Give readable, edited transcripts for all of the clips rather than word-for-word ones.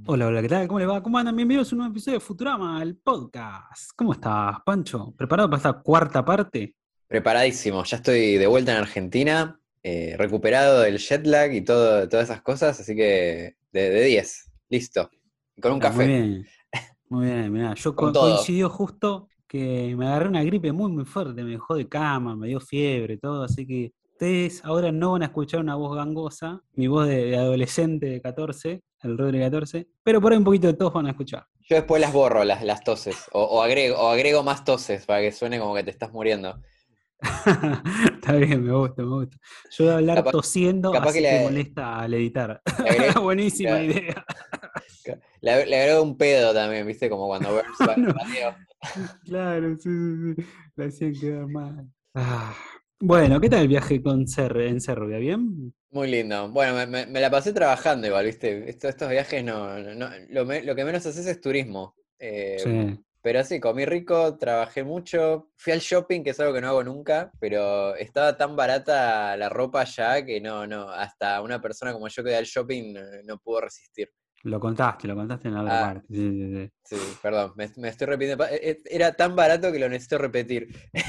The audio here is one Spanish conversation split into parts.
Hola, hola, ¿qué tal? ¿Cómo le va? ¿Cómo andan? Bienvenidos a un nuevo episodio de Futurama, el podcast. ¿Cómo estás, Pancho? ¿Preparado para esta cuarta parte? Preparadísimo, ya estoy de vuelta en Argentina, recuperado del jet lag y todas esas cosas, así que de 10, listo. Con un Ah, muy café, bien, muy bien. Mirá, yo con todo. coincidió justo que me agarré una gripe muy, muy fuerte, me dejó de cama, me dio fiebre, todo, así que ustedes ahora no van a escuchar una voz gangosa, mi voz de adolescente de 14, el Rodri de 14, pero por ahí un poquito de todos van a escuchar. Yo después las borro, las toses, o agrego más toses para que suene como que te estás muriendo. Está bien, me gusta, me gusta. Yo voy a hablar Capaz, tosiendo, capaz que así que le, molesta al editar. le agrego, Buenísima le, idea. le agrego un pedo también, ¿viste? Como cuando Burns va al No, patio. claro, sí, sí, sí. La hacían quedar mal. Bueno, ¿qué tal el viaje en Cerro? ¿Ya bien? Muy lindo. Bueno, me la pasé trabajando igual, ¿viste? Estos viajes lo que menos haces es turismo. Sí. Pero sí, comí rico, trabajé mucho, fui al shopping, que es algo que no hago nunca, pero estaba tan barata la ropa allá que hasta una persona como yo que da al shopping no pudo resistir. Lo contaste en la otra Ah, parte. Sí, sí, sí, perdón, me estoy repitiendo. Era tan barato que lo necesito repetir.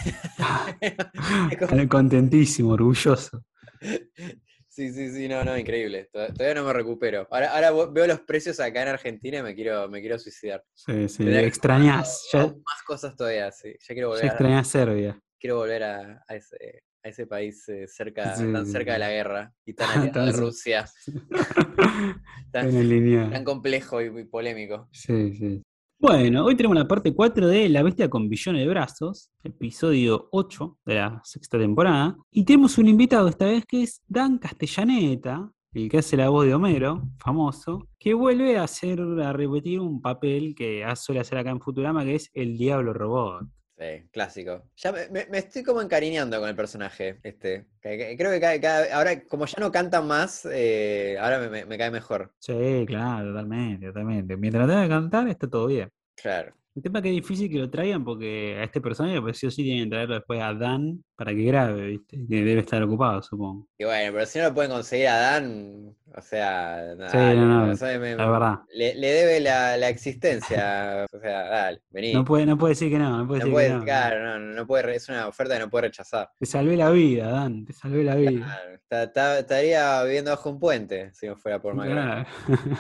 Es como- Contentísimo, orgulloso. Sí, sí, sí, no, increíble. Todavía no me recupero. Ahora veo los precios acá en Argentina y me quiero suicidar. Sí, sí. Tendría que haber Extrañás, comprado aún más cosas todavía, sí. Ya ya extrañás Serbia. quiero volver a ese país Sí, tan sí, cerca de la sí. guerra y tan aliado de Entonces, Rusia, tan, tan alineado. tan complejo y polémico. Sí, sí. Bueno, hoy tenemos la parte 4 de La Bestia con Billones de Brazos, episodio 8 de la sexta temporada, y tenemos un invitado esta vez que es Dan Castellaneta, el que hace la voz de Homero, famoso, que vuelve a repetir un papel que suele hacer acá en Futurama, que es el Diablo Robot. Sí, clásico. Ya me estoy como encariñando con el personaje, este. Creo que ahora, como ya no cantan más, ahora me cae mejor. Sí, claro, totalmente, totalmente. Mientras tenga que cantar, está todo bien. Claro. El tema es que es difícil que lo traigan porque a este personaje, pues sí o sí tienen que traerlo después a Dan para que grabe, ¿viste? Que debe estar ocupado, supongo. Y bueno, pero si no lo pueden conseguir a Dan, o sea, Sí, no, dale, o no, sea, la verdad. le debe la existencia, o sea, dale, vení. No puede decir que no, no puede No decir que puede, no. No. claro, no puede, es una oferta que no puede rechazar. Te salvé la vida, Dan, te salvé la vida. Claro, estaría viviendo bajo un puente si no fuera por McGregor. Claro.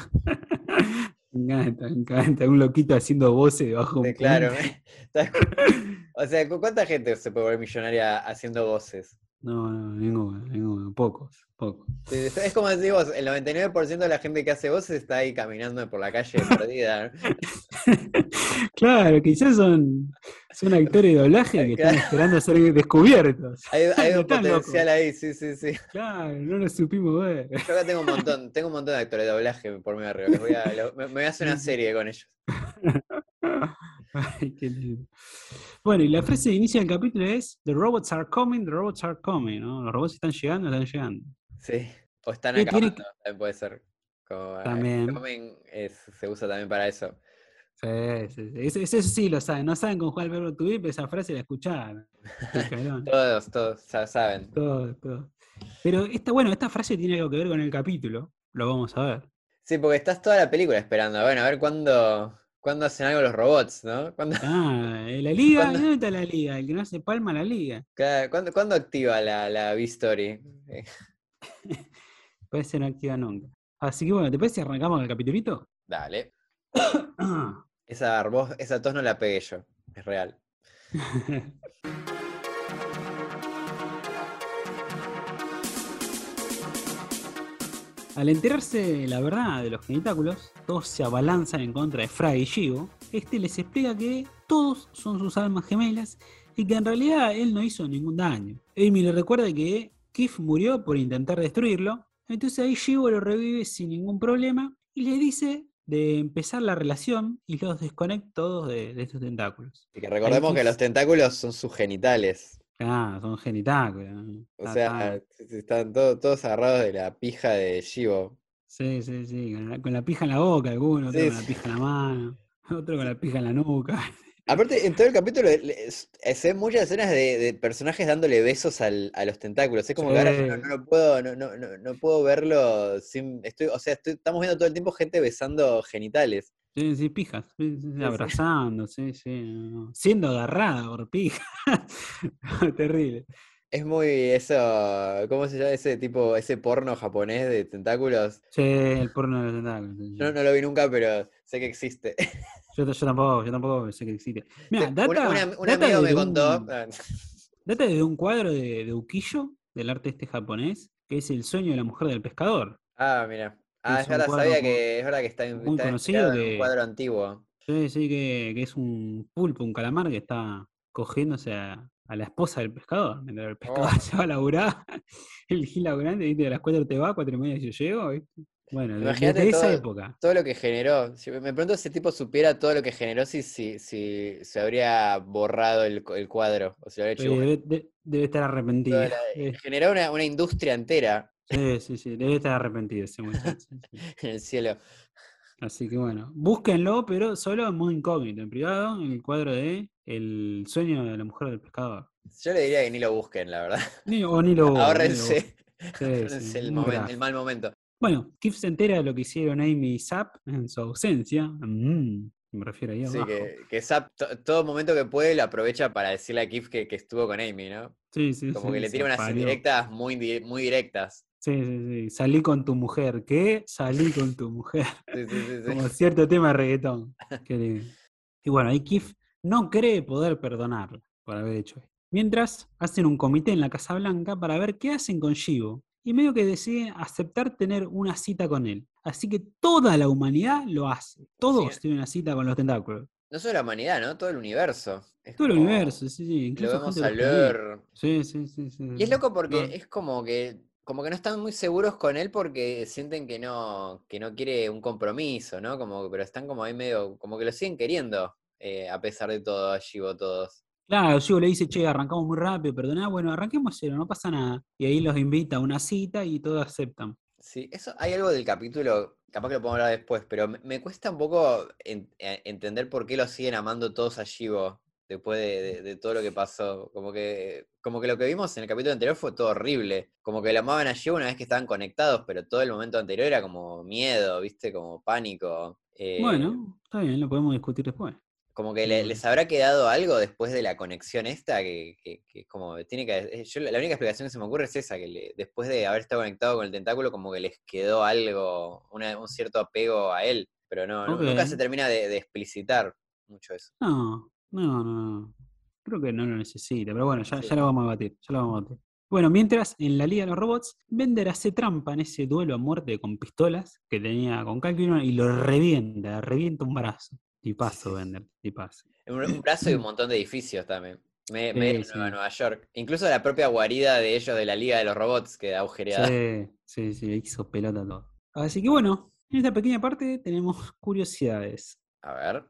Me encanta. Un loquito haciendo voces debajo de Sí, un claro, puente. ¿sabes o sea, ¿cuánta gente se puede volver millonaria haciendo voces? No, no, ninguno, ninguno. Pocos, pocos. Sí, es como decís vos, el 99% de la gente que hace voces está ahí caminando por la calle perdida, ¿no? Claro, quizás son actores de doblaje que están Claro, esperando ser descubiertos. hay No un están locos. potencial ahí, sí, sí, sí. Claro, no lo supimos ver. Yo acá tengo un montón de actores de doblaje por mi barrio. Me voy a hacer una Sí, sí. serie con ellos. Ay, qué lindo. Bueno, y la frase de inicio del capítulo es: The robots are coming, the robots are coming, ¿no? Los robots están llegando, están llegando. Sí. O están ¿Qué tiene acabando, que- también puede ser. Como También. coming se usa también para eso. Sí, sí, sí. Eso sí lo saben. No saben conjugar el verbo to be, pero esa frase la escucharon. Picarón. Todos saben. Todo, todo. Pero bueno, esta frase tiene algo que ver con el capítulo. Lo vamos a ver. Sí, porque estás toda la película esperando. Bueno, a ver cuándo hacen algo los robots, ¿no? ¿Cuándo, La liga, ¿y cuándo, dónde está la liga? El que no hace palma la liga. cuándo activa la V-Story? Puede ser no activa nunca. Así que bueno, ¿te parece si arrancamos con el capitulito? Dale. Esa tos no la pegué yo. Es real. Al enterarse de la verdad de los genitáculos, todos se abalanzan en contra de Fry y Shivo. Este les explica que todos son sus almas gemelas y que en realidad él no hizo ningún daño. Amy le recuerda que Kif murió por intentar destruirlo, entonces ahí Shivo lo revive sin ningún problema y le dice de empezar la relación y los desconecta todos de estos tentáculos. Y que Ahí recordemos que Kif, los tentáculos son sus genitales. son genitáculos, ¿no? O sea, están todos agarrados de la pija de Shivo. Sí, sí, sí, con la pija en la boca alguno, otro Sí, con la sí. pija en la mano, otro con la pija en la nuca. Aparte, en todo el capítulo se ven muchas escenas de personajes dándole besos a los tentáculos. Es como que ahora yo Sí, no puedo, no puedo verlo sin. Estamos viendo todo el tiempo gente besando genitales. sí, sí, pijas, sí, sí, sí, Sí, sí. abrazando, sí, sí, no. Siendo agarrada por pijas. Terrible. Es muy eso. ¿Cómo se llama ese tipo, ese porno japonés de tentáculos? Sí, el porno de los tentáculos, sí, Yo sí. no lo vi nunca, pero sé que existe. Yo tampoco sé que existe. Mira, Un amigo me contó. data de un cuadro de Ukiyo, del arte este japonés, que es El sueño de la mujer del pescador. Ah, mira. Que Ah, es un cuadro es verdad que muy está conocido inspirado en un que, cuadro antiguo. sí, sí, que es un pulpo, un calamar que está cogiéndose a la esposa del pescador. Mientras el pescador Oh. se va a laburar, el gil laburante, ¿viste? A las 4 te va, 4:30 yo llego, ¿viste? Bueno, Imagínate desde esa época. todo lo que generó. Si me pregunto si ese tipo supiera todo lo que generó, si se habría borrado el cuadro. O si lo habría hecho igual. Debe estar arrepentido. Generó una industria entera Sí, sí, sí, debe estar arrepentido ese muchacho. Sí. en el cielo. Así que bueno, búsquenlo, pero solo en modo incógnito, en privado, en el cuadro de El sueño de la mujer del pescador. Yo le diría que ni lo busquen, la verdad. Ni lo busquen, ni lo busquen. Ahórrense, Sí, sí, ahórrense muy el gráfico. mal momento. Bueno, Kif se entera de lo que hicieron Amy y Zapp en su ausencia. Me refiero ahí Sí, abajo. que Zap todo momento que puede lo aprovecha para decirle a Kif que estuvo con Amy, ¿no? Sí, sí, Como que sí, le tira se unas parió. indirectas muy directas. Sí, sí, sí. Salí con tu mujer. ¿Qué? Salí con tu mujer. Sí, sí, sí, Como sí. cierto tema de reggaetón. Qué lindo. Y bueno, ahí Kif no cree poder perdonarla por haber hecho esto. Mientras, hacen un comité en la Casa Blanca para ver qué hacen con Shivo. Y medio que deciden aceptar tener una cita con él. Así que toda la humanidad lo hace. Sí, Todos tienen una cita con los tentáculos. no solo la humanidad, ¿no? Todo el universo. Es Todo el como, universo, sí, sí. lo Incluso gente vemos de a los planetas. Lur. Sí, sí, sí, sí. Y es loco porque No, es como que no están muy seguros con él porque sienten que no quiere un compromiso, ¿no? Pero están como ahí medio, como que lo siguen queriendo, a pesar de todo, a Shivo todos. claro, Shivo le dice, che, arrancamos muy rápido, perdoná, bueno, arranquemos cero, no pasa nada. Y ahí los invita a una cita y todos aceptan. Sí, eso hay algo del capítulo, capaz que lo podemos hablar después, pero me cuesta un poco entender por qué lo siguen amando todos a Shivo después de todo lo que pasó. Como que lo que vimos en el capítulo anterior fue todo horrible. Como que lo amaban a Shivo una vez que estaban conectados, pero todo el momento anterior era como miedo, ¿viste? Como pánico. Bueno, está bien, lo podemos discutir después. Como que Me les parece. habrá quedado algo después de la conexión esta, que como tiene que. La única explicación que se me ocurre es esa, que después de haber estado conectado con el tentáculo, como que les quedó algo, un cierto apego a él. Pero Ok. nunca se termina de explicitar mucho eso. No, no, no. Creo que no lo necesita, pero bueno, ya Sí. lo vamos a batir, ya lo vamos a batir. Bueno, mientras en la Liga de los Robots, Bender hace trampa en ese duelo a muerte con pistolas que tenía con Calculon y lo revienta, le revienta un brazo. Sí, Tipazo, sí. Bender, tipazo. Un brazo y un montón de edificios también. Medio Sí, Nueva, sí. Nueva York. Incluso la propia guarida de ellos de la Liga de los Robots queda agujereada. Sí, sí, sí, hizo pelota todo. Así que bueno, en esta pequeña parte tenemos curiosidades. A ver.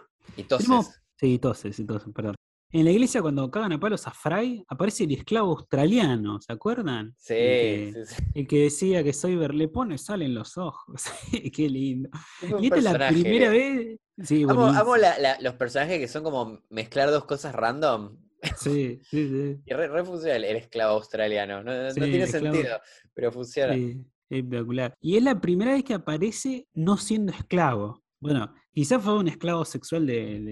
Y Tenemos, toses. sí, toses, perdón. En la iglesia cuando cagan a palos a Fry, aparece el esclavo australiano, ¿se acuerdan? El Sí, que, sí, sí. el que decía que soy le pone sal en los ojos. Qué lindo. Qué buen Y esta es la personaje. primera vez. Sí, Amo buenísimo. los personajes que son como mezclar dos cosas random. Sí, sí, sí. Y re funciona el esclavo australiano. Sí, No tiene el esclavo. sentido, pero funciona. Sí, espectacular. Y es la primera vez que aparece no siendo esclavo. Bueno, quizás fue un esclavo sexual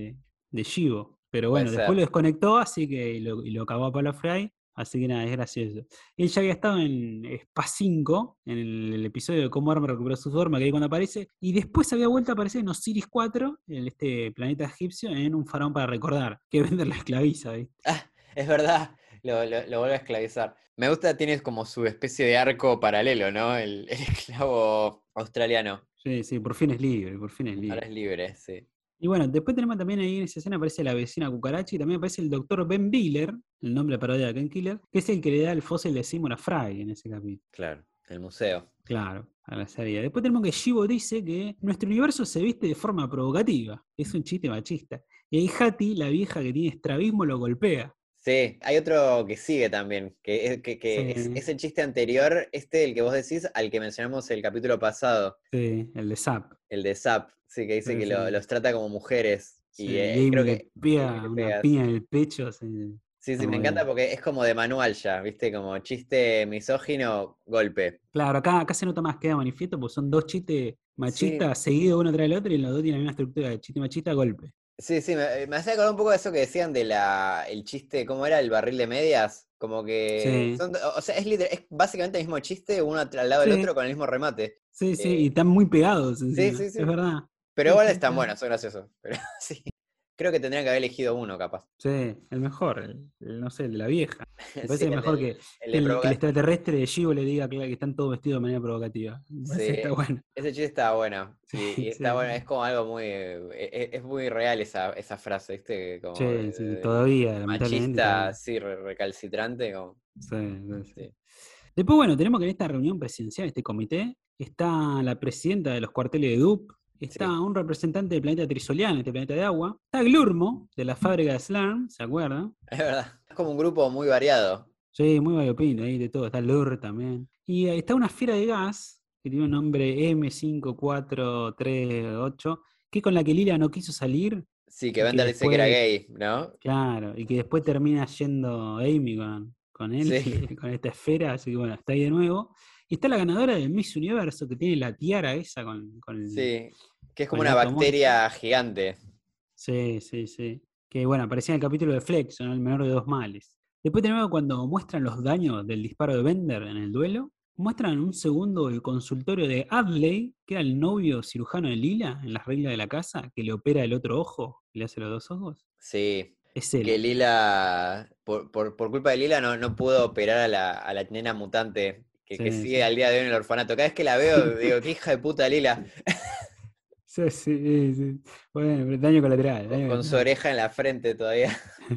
de Shivo, pero Puede bueno, después lo ser. desconectó, así que y lo cagó a palo Fry, así que nada, es gracioso. Él ya había estado en Spa 5, en el episodio de cómo Arma recuperó su forma, que ahí cuando aparece, y después había vuelto a aparecer en Osiris 4, en este planeta egipcio, en un faraón para recordar, que Bender la esclaviza, ¿viste? Ah, es verdad. Lo vuelve a esclavizar. Me gusta, tienes como su especie de arco paralelo, ¿no? El esclavo australiano. Sí, sí, por fin es libre, por fin es Ahora libre. es libre, sí. Y bueno, después tenemos también ahí en esa escena aparece la vecina cucaracha y también aparece el doctor Ben Biller, el nombre de parodia de Ken Killer, que es el que le da el fósil de Seymour a Fry en ese capítulo. Claro. El museo. Claro, a la serie. Después tenemos que Shivo dice que nuestro universo se viste de forma provocativa. Es un chiste machista. Y ahí Hattie, la vieja que tiene estrabismo, lo golpea. Sí, hay otro que sigue también, que Sí, es el chiste anterior, el que vos decís, al que mencionamos el capítulo pasado, sí, el de Zap. el de Zap, sí, que dice Sí, que sí. los trata como mujeres. Sí, Y y Amy creo le que Amy pega le una pega piña así. en el pecho. Sí, Sí, está sí, me muy encanta bien. porque es como de manual ya, ¿viste? Como chiste misógino, golpe. Claro, acá se nota más, queda manifiesto, porque son dos chistes Sí, machistas seguidos uno tras el otro y los dos tienen la misma estructura de chiste machista, golpe. sí, sí, me hacía acordar un poco de eso que decían de el chiste, ¿cómo era? El barril de medias. Como que Sí, son, o sea, es básicamente el mismo chiste, uno al lado del otro sí, con el mismo remate. sí, sí, y Eh, están muy pegados sí, encima, sí, es sí. verdad. Pero Sí, igual sí, están buenos, son graciosos. Pero sí, creo que tendrían que haber elegido uno, capaz. sí, el mejor, no sé, el de la vieja. Me Sí, parece mejor el que de el provocar. extraterrestre de Givo le diga que están todos vestidos de manera provocativa. Me parece que Sí, está bueno. ese chiste está bueno. Y Sí, está sí, bueno, es como algo muy. Es muy real esa frase, ¿viste? Como sí, sí, del todavía, lamentablemente, machista, todavía. sí, recalcitrante. Como, Sí, sí, sí. sí, Después, bueno, tenemos que en esta reunión presidencial, este comité, está la presidenta de los cuarteles de DUP, sí, está un representante del planeta Trisoliano, este planeta de agua, está Glurmo, de la fábrica de Slurm, ¿se acuerdan? es verdad. Es como un grupo muy variado. Sí, muy variopinto, ahí de todo, está Lur también. Y está una esfera de gas, que tiene un nombre M5438, que es con la que Lila no quiso salir, Sí, que y que Bender dice que era después, gay, ¿no? claro, y que después termina yendo Amy con él, Sí, con esta esfera, así que bueno, está ahí de nuevo. Y está la ganadora del Miss Universo, que tiene la tiara esa sí. Que es como con el una automóvil. bacteria gigante. Sí, sí, sí. Que bueno, aparecía en el capítulo de Flex, ¿no? El menor de dos males. Después tenemos cuando muestran los daños del disparo de Bender en el duelo, muestran un segundo el consultorio de Adley, que era el novio cirujano de Lila en las reglas de la casa, que le opera el otro ojo, le hace los dos ojos. Sí. Es Que él. Lila, por culpa de Lila, no pudo operar a la nena mutante que Sí, sigue sí. al día de hoy en el orfanato. Cada vez que la veo, digo, qué hija de puta Lila. Sí, sí, sí. Bueno, daño colateral, daño Con su colateral. oreja en la frente todavía.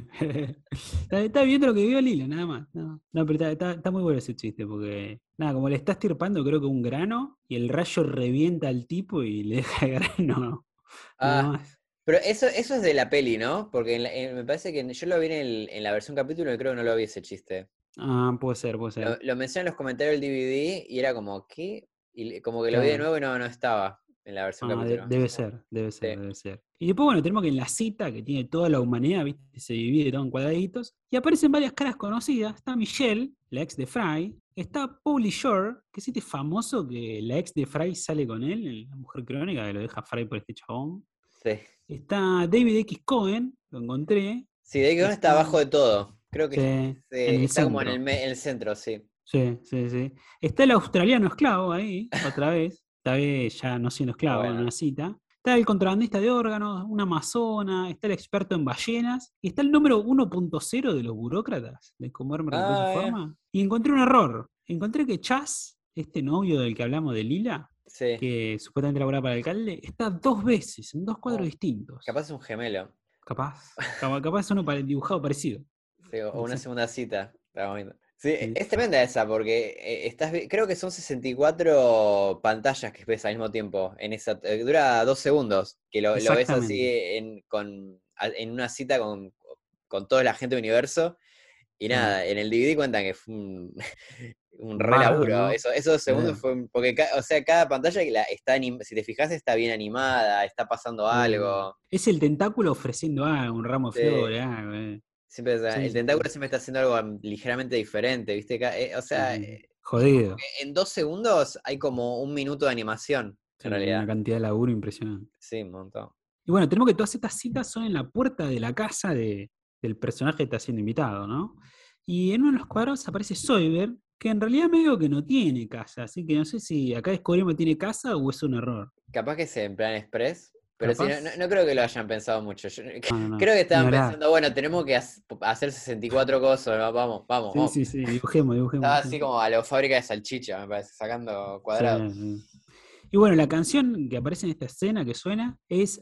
Está viendo lo que vio Lila, nada más. No, pero está muy bueno ese chiste, porque nada, como le está estirpando, creo que un grano, y el rayo revienta al tipo y le deja el grano, nada Ah, más. pero eso es de la peli, ¿no? Porque me parece que yo lo vi en la versión capítulo y creo que no lo vi ese chiste. Ah, puede ser, puede ser. Lo mencioné en los comentarios del DVD y era como, ¿qué? Y como que lo vi de Claro. nuevo y no estaba en la versión Ah, capítulo. debe ser, debe ser, Sí, debe ser. Y después, bueno, tenemos que en la cita que tiene toda la humanidad, ¿viste? Se divide todo en cuadraditos, y aparecen varias caras conocidas. Está Michelle, la ex de Fry. Está Pauly Shore, que es este famoso que la ex de Fry sale con él, en La Mujer Crónica, que lo deja Fry por este chabón. sí. Está David X. Cohen, lo encontré. Sí, David Gunn está Está abajo de todo. Creo que sí, en el está como en centro. en el centro, sí. Sí, sí, sí. Está el australiano esclavo ahí, otra vez. Esta vez ya no siendo esclavo, en Bueno. una cita. Está el contrabandista de órganos, una amazona, está el experto en ballenas, y está el número 1.0 de los burócratas, de cómo Hermer compró su Ah, forma. Y encontré un error. Encontré que Chas, este novio del que hablamos de Lila, sí. que supuestamente laboraba para el alcalde, está dos veces, en dos cuadros Oh, distintos. capaz es un gemelo. Capaz uno dibujado parecido. Sí, o No una sé. segunda cita. Estamos viendo. Sí, Sí. es tremenda esa, porque creo que son 64 pantallas que ves al mismo tiempo. Dura 2 segundos, que lo ves así Exactamente. en una cita con toda la gente del universo. Y Sí. nada, en el DVD cuentan que fue un Un re bardo, laburo. ¿no? Esos Sí, segundos fue. Porque, o sea, cada pantalla si te fijas, está bien animada, está pasando sí. algo. Es el tentáculo ofreciendo algo, un ramo de Sí, flores, algo. siempre, o sea, Sí, el sí, sí. tentáculo siempre está haciendo algo ligeramente diferente, ¿viste? O Sí, sea, sí, sí. es como Jodido. que en 2 segundos hay como un minuto de animación, Sí, en una realidad. cantidad de laburo impresionante. Sí, un montón. Y bueno, tenemos que todas estas citas son en la puerta de la casa del personaje que está siendo invitado, ¿no? Y en uno de los cuadros aparece Soyber, que en realidad medio que no tiene casa, así que no sé si acá descubrimos que tiene casa o es un error. Capaz que sea en plan express, pero sí, Capaz, no creo que lo hayan pensado mucho. no, no, no, Creo que ni estaban hablar. pensando, bueno, tenemos que hacer 64 cosas, ¿no? Vamos, vamos, Sí, vamos. sí, sí, dibujemos, dibujemos, Estaba así dibujemos. como a la fábrica de salchicha, me parece, sacando Sí, cuadrados. sí. Y bueno, la canción que aparece en esta escena que suena es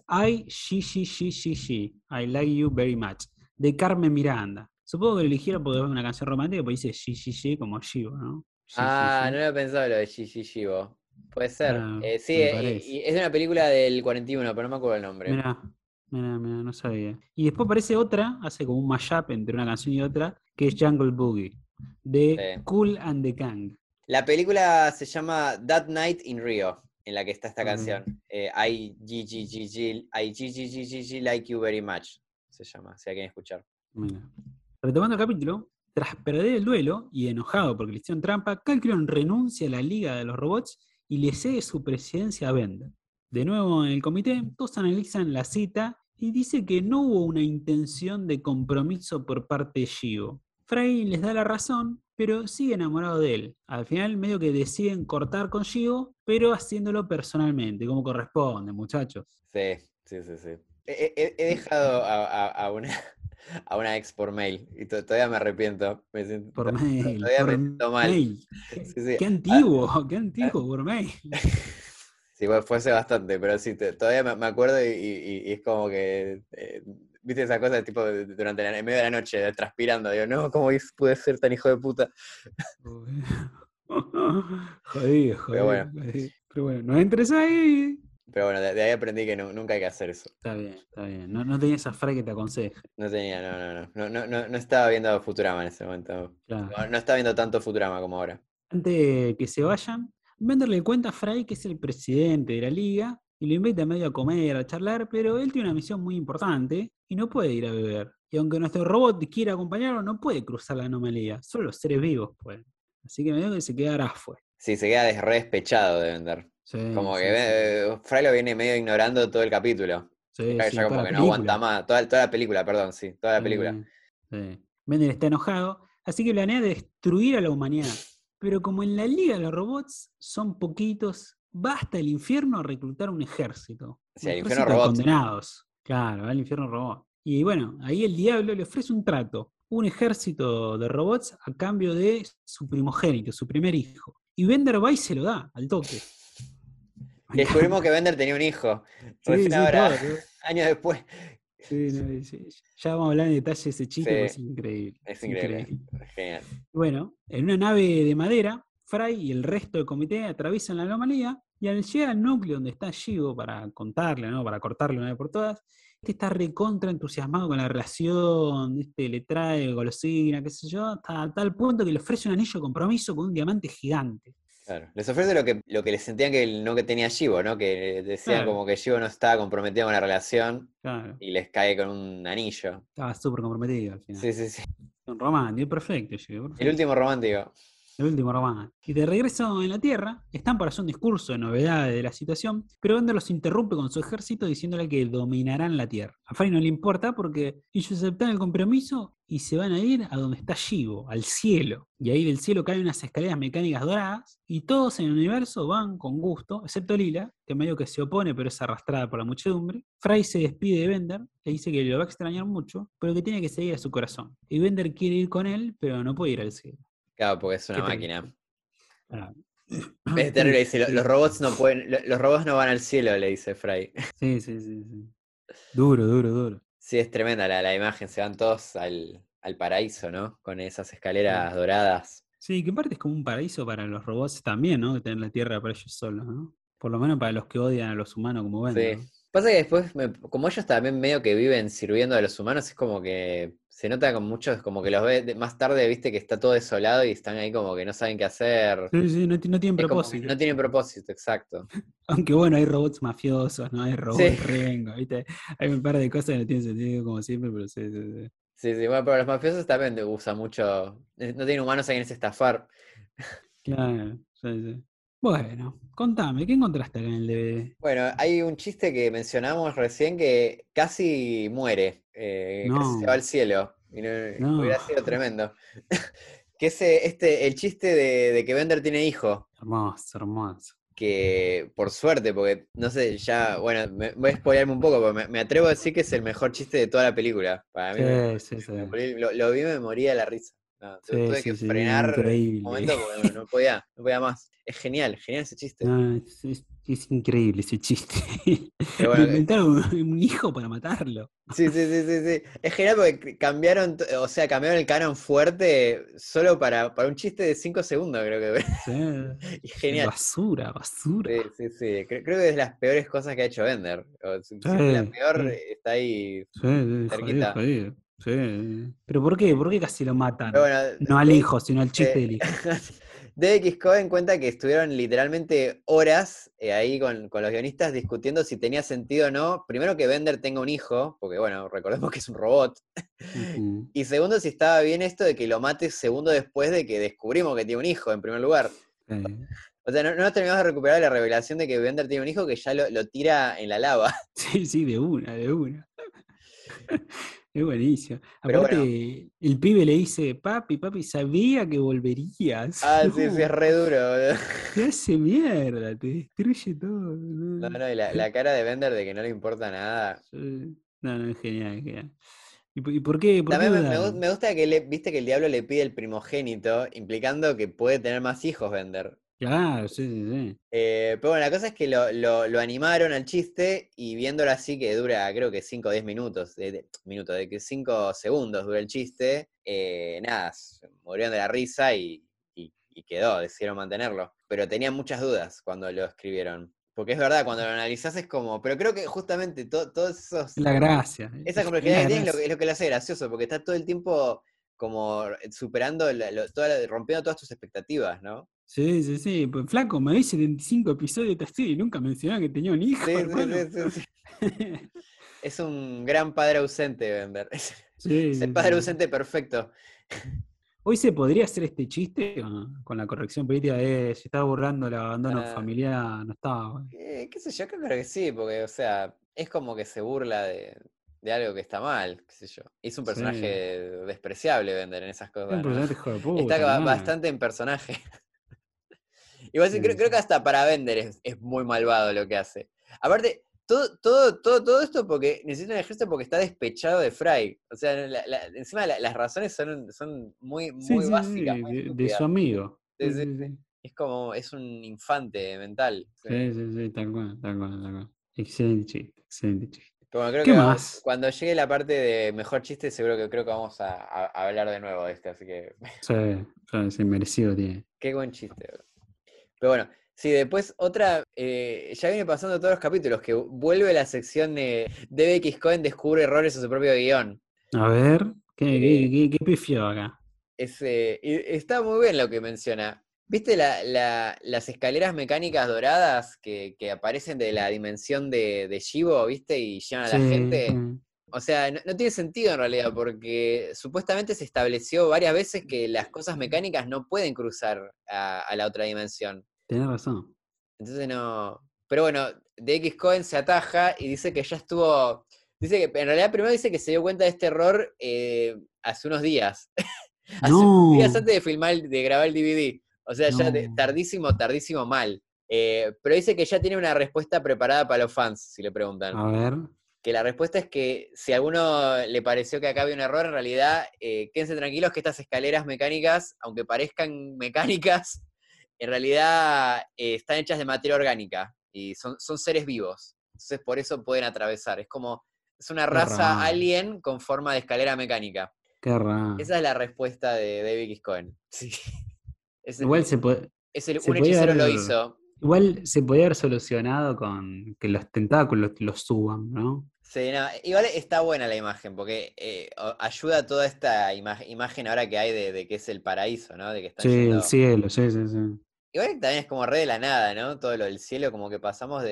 I Like You Very Much, de Carmen Miranda. Supongo que lo eligieron porque es una canción romántica, porque dice como Shivo, ¿no? Ah, no lo he pensado lo de Gigi Givo. Puede ser. Sí, Me parece. y es de una película del 41, pero no me acuerdo el nombre. Mirá, mirá, no sabía. Y después aparece otra, hace como un mashup entre una canción y otra, que es Jungle Boogie, de Sí. Kool and the Gang. La película se llama That Night in Rio. en la que está esta Ok. canción. I like you very much, se llama, si hay que escuchar. Mira. Retomando el capítulo, tras perder el duelo y enojado porque le hicieron trampa, Calcrion renuncia a la Liga de los Robots y le cede su presidencia a Bender. De nuevo en el comité, todos analizan la cita y dice que no hubo una intención de compromiso por parte de Shivo. Fry les da la razón, pero sigue enamorado de él. Al final medio que deciden cortar con Shivo, pero haciéndolo personalmente, como corresponde, muchachos. Sí, sí, sí, sí. He dejado a una, a una ex por mail y todavía me arrepiento. Por mail, Todavía por me siento mal. mail. Sí, sí. Qué antiguo, por mail. Sí, bueno, fue hace bastante, pero sí, todavía me acuerdo y es como que, viste esa cosa tipo durante en medio de la noche, transpirando, digo, no, ¿cómo pude ser tan hijo de puta? Jodido, Pero jodido, bueno, jodido. Pero bueno, nos interesa ahí. de ahí aprendí que nunca hay que hacer eso. Está bien, está bien. No, no tenía esa frase que te aconseje. No tenía, no estaba viendo Futurama en ese momento. Claro. No estaba viendo tanto Futurama como ahora. Antes de que se vayan, Bender le cuenta a Fry que es el presidente de la liga y lo invita medio a comer, a charlar, pero él tiene una misión muy importante y no puede ir a beber. Y aunque nuestro robot quiera acompañarlo, no puede cruzar la anomalía. Solo los seres vivos pueden. Así que medio que se queda Arafue. Sí, se queda re despechado de vender. Sí, Como que sí, sí. Fry lo viene medio ignorando todo el capítulo. Y Sí, Fry ya sí, toda como la que no aguanta película. más. Toda la película, perdón, sí, toda la película. Sí, sí. Bender está enojado, así que planea destruir a la humanidad. Pero como en la Liga de los Robots son poquitos, va hasta el infierno a reclutar un ejército. O Un sea, el infierno ejército de robot. condenados. Claro, va al infierno robot. Y bueno, ahí el diablo le ofrece un trato. Un ejército de robots a cambio de su primogénito, su primer hijo. Y Bender va y se lo da al toque. Me Y descubrimos que encanta. Bender tenía un hijo. Sí, Recién sí, ahora, todo, todo. años después. Sí, no, sí. Ya vamos a hablar en detalle de ese chiste, pues Sí, es increíble. es Es increíble. increíble. Es genial. Bueno, en una nave de madera, Fry y el resto del comité atraviesan la anomalía y al llegar al núcleo donde está Shivo para contarle, ¿no? Para cortarle una vez por todas, este está recontra entusiasmado con la relación, le trae golosina, qué sé yo, hasta a tal punto que le ofrece un anillo de compromiso con un diamante gigante. Claro. Les ofrece lo que les sentían que tenía Shivo, ¿no? Que decían Claro, como que Shivo no estaba comprometido con la relación claro. y les cae con un anillo. Estaba súper comprometido al final. Sí, sí, sí. Un romántico, perfecto, Shivo, El perfecto. último romántico. El último román. Y de regreso en la Tierra, están para hacer un discurso de novedades de la situación, pero Bender los interrumpe con su ejército diciéndole que dominarán la Tierra. A Fry no le importa porque ellos aceptan el compromiso y se van a ir a donde está Shivo, al cielo. Y ahí del cielo caen unas escaleras mecánicas doradas y todos en el universo van con gusto, excepto Lila, que medio que se opone pero es arrastrada por la muchedumbre. Fry se despide de Bender, le dice que lo va a extrañar mucho, pero que tiene que seguir a su corazón. Y Bender quiere ir con él, pero no puede ir al cielo. Claro, porque es una Qué triste. máquina. Ah, Es terrible, triste, dice, los triste. robots no pueden, los robots no van al cielo, le dice Fry. Sí, sí, sí, sí. Duro, duro, duro. Sí, es tremenda la imagen, se van todos al paraíso, ¿no? Con esas Sí. escaleras doradas. Sí, que en parte es como un paraíso para los robots también, ¿no? Que tener la Tierra para ellos solos, ¿no? Por lo menos para los que odian a los humanos como Bender, Sí. ¿no? Pasa que después, como ellos también medio que viven sirviendo a los humanos, es como que se nota con muchos, como que los ve más tarde, viste que está todo desolado y están ahí como que no saben qué hacer. Sí, sí, no, no tienen Es como que propósito. no tienen propósito, exacto. Aunque bueno, hay robots mafiosos, ¿no? Hay Sí, robots rengo, ¿viste? Hay un par de cosas que no tienen sentido como siempre, pero sí, sí, sí. sí, sí. Bueno, pero los mafiosos también usan mucho. No tienen humanos a quienes estafar. Claro, sí, sí. Bueno, contame, ¿qué encontraste acá en el DVD? Bueno, hay un chiste que mencionamos recién que casi muere, casi se va al No, cielo, y no. hubiera sido tremendo. Que es el chiste de que Bender tiene hijo, Hermoso, hermoso. que por suerte, porque no sé, ya, bueno, voy a spoilearme un poco, porque me atrevo a decir que es el mejor chiste de toda la película. Para mí Sí, sí, sí. lo vi y me moría de la risa. No, Sí, tuve que sí, sí, frenar un increíble. momento porque no podía más. Es genial, genial ese chiste. No, es increíble ese chiste. Pero Le bueno, inventaron un hijo para matarlo. sí, sí, sí, sí, sí. Es genial porque cambiaron, o sea, cambiaron el canon fuerte solo para un chiste de 5 segundos, creo que. Sí, Y sí, genial. basura, basura. Sí, sí, sí. Creo que es de las peores cosas que ha hecho Bender. O si es la Sí, peor, sí, está ahí sí, sí, jodido, cerquita. jodido. Sí. ¿Pero por qué? ¿Por qué casi lo Pero matan? bueno, No al hijo, sino al chiste de, del hijo. DX Cohen cuenta que estuvieron literalmente horas ahí con los guionistas discutiendo si tenía sentido o no. Primero que Bender tenga un hijo, porque bueno, recordemos que es un robot. Ujú. Y segundo, si estaba bien esto de que lo mate segundo después de que descubrimos que tiene un hijo, en primer lugar. O sea, no terminamos de recuperar la revelación de que Bender tiene un hijo que ya lo tira en la lava. Sí, sí, de una, de una. Es buenísimo. Pero bueno, Aparte, el pibe le dice, papi, sabía que volverías. sí, sí, es No, re duro, boludo. te hace mierda, te destruye todo. No, No, no, y la cara de Bender de que no le importa nada. no, es genial, es genial. ¿Y por qué También dudaron? me gusta que viste que el diablo le pide el primogénito, implicando que puede tener más hijos Bender. Claro, sí, sí, sí. Pero bueno, la cosa es que lo animaron al chiste y viéndolo así que dura creo que 5 o 10 minutos, de que 5 segundos dura el chiste, nada, se murieron de la risa y quedó, decidieron mantenerlo. Pero tenían muchas dudas cuando lo escribieron. Porque es verdad, cuando lo analizás es como, pero creo que justamente todos Es esos la gracia. esa Es complejidad la que tiene es gracia. lo que le hace gracioso, porque está todo el tiempo como superando, rompiendo todas tus expectativas, ¿no? Sí, sí, sí. Pues flaco, me vi 75 episodios de esta serie y nunca mencionaba que tenía un hijo, Sí, sí, hermano. sí, sí, sí. Es un gran padre ausente, Bender. Sí, Es el sí, padre sí. ausente perfecto. Hoy se podría hacer este chiste con la corrección política de se estaba burlando el abandono Ah, familiar, no estaba. qué sé yo, creo que sí, porque, o sea, es como que se burla de algo que está mal, qué sé yo. Es un Sí. personaje despreciable, Bender, en esas Es un cosas, ¿no? personaje hijo de Está puta, mal. bastante en personaje. Igual sí, Sí, creo sí. que hasta para vender es muy malvado lo que hace. Aparte, todo esto porque necesita un ejército porque está despechado de Fry. O sea, encima las razones son muy, Sí, muy sí, básicas, sí, muy de estúpidas. su amigo. Sí, Sí, sí, sí, sí. sí. Es un infante mental. Sí. Sí, sí, sí, tal cual, tal cual, tal cual. Excelente chiste, excelente chiste. Pero bueno, creo ¿Qué que más? cuando llegue la parte de mejor chiste, seguro que creo que vamos a hablar de nuevo de este, así que Sí, sí, sí, merecido tiene. qué buen chiste. Pero bueno, sí, después otra, ya viene pasando todos los capítulos, que vuelve la sección de DBX Cohen descubre errores en su propio guión. A ver, Eh, qué pifió acá? y está muy bien lo que menciona. ¿Viste las escaleras mecánicas doradas que aparecen de la dimensión de Shivo, viste? Y llevan a la Sí, sí. gente. O sea, no tiene sentido en realidad, porque supuestamente se estableció varias veces que las cosas mecánicas no pueden cruzar a la otra dimensión. Tenés razón. Entonces no. Pero bueno, DX Cohen se ataja y dice que ya estuvo. Dice que en realidad primero dice que se dio cuenta de este error hace unos días. Hace unos días No, antes de filmar, de grabar el DVD. O sea, ya no. tardísimo mal. Pero dice que ya tiene una respuesta preparada para los fans, si le preguntan. A ver. Que la respuesta es que si a alguno le pareció que acá había un error, en realidad, quédense tranquilos que estas escaleras mecánicas, aunque parezcan mecánicas, en realidad están hechas de materia orgánica y son seres vivos. Entonces por eso pueden atravesar. Es una Qué raza raro, alien con forma de escalera mecánica. qué raro. Esa es la respuesta de David X. Cohen. Sí. Es Igual se un podía hechicero lo haber, hizo. igual se podía haber solucionado con que los tentáculos los suban, ¿no? Sí, no, igual está buena la imagen, porque ayuda a toda esta imagen ahora que hay de que es el paraíso, ¿no? De que están Sí, el yendo. cielo, sí, sí, sí. Igual que también es como re de la nada, ¿no? Todo lo del cielo, como que pasamos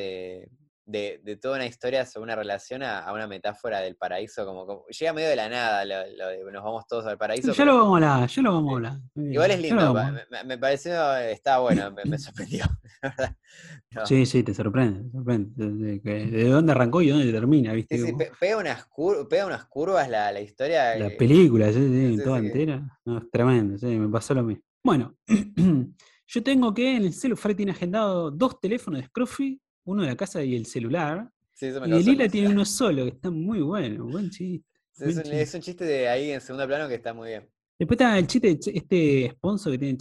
de toda una historia sobre una relación a una metáfora del paraíso, llega medio de la nada lo de nos vamos todos al paraíso, Ya pero lo vamos a hablar, ya lo vamos a eh, hablar. igual es Ya lo lindo, vamos a hablar. me pareció, estaba bueno, me sorprendió, la verdad. No. Sí, sí, te sorprende, te sorprende. De dónde arrancó y dónde termina, Sí, ¿viste? sí, Como pega unas curvas la historia. la película, sí, sí, Sí, toda sí. entera. No, es tremendo, sí, me pasó lo mismo. Bueno, yo tengo que en el celular tiene agendado dos teléfonos de Scruffy, uno de la casa y el celular. Sí, eso me Y de causó Lila tiene curiosidad. uno solo, que está muy bueno, buen chiste, Sí, buen es chiste. un chiste de ahí en segundo plano que está muy bien. Después está el chiste, este sponsor que tiene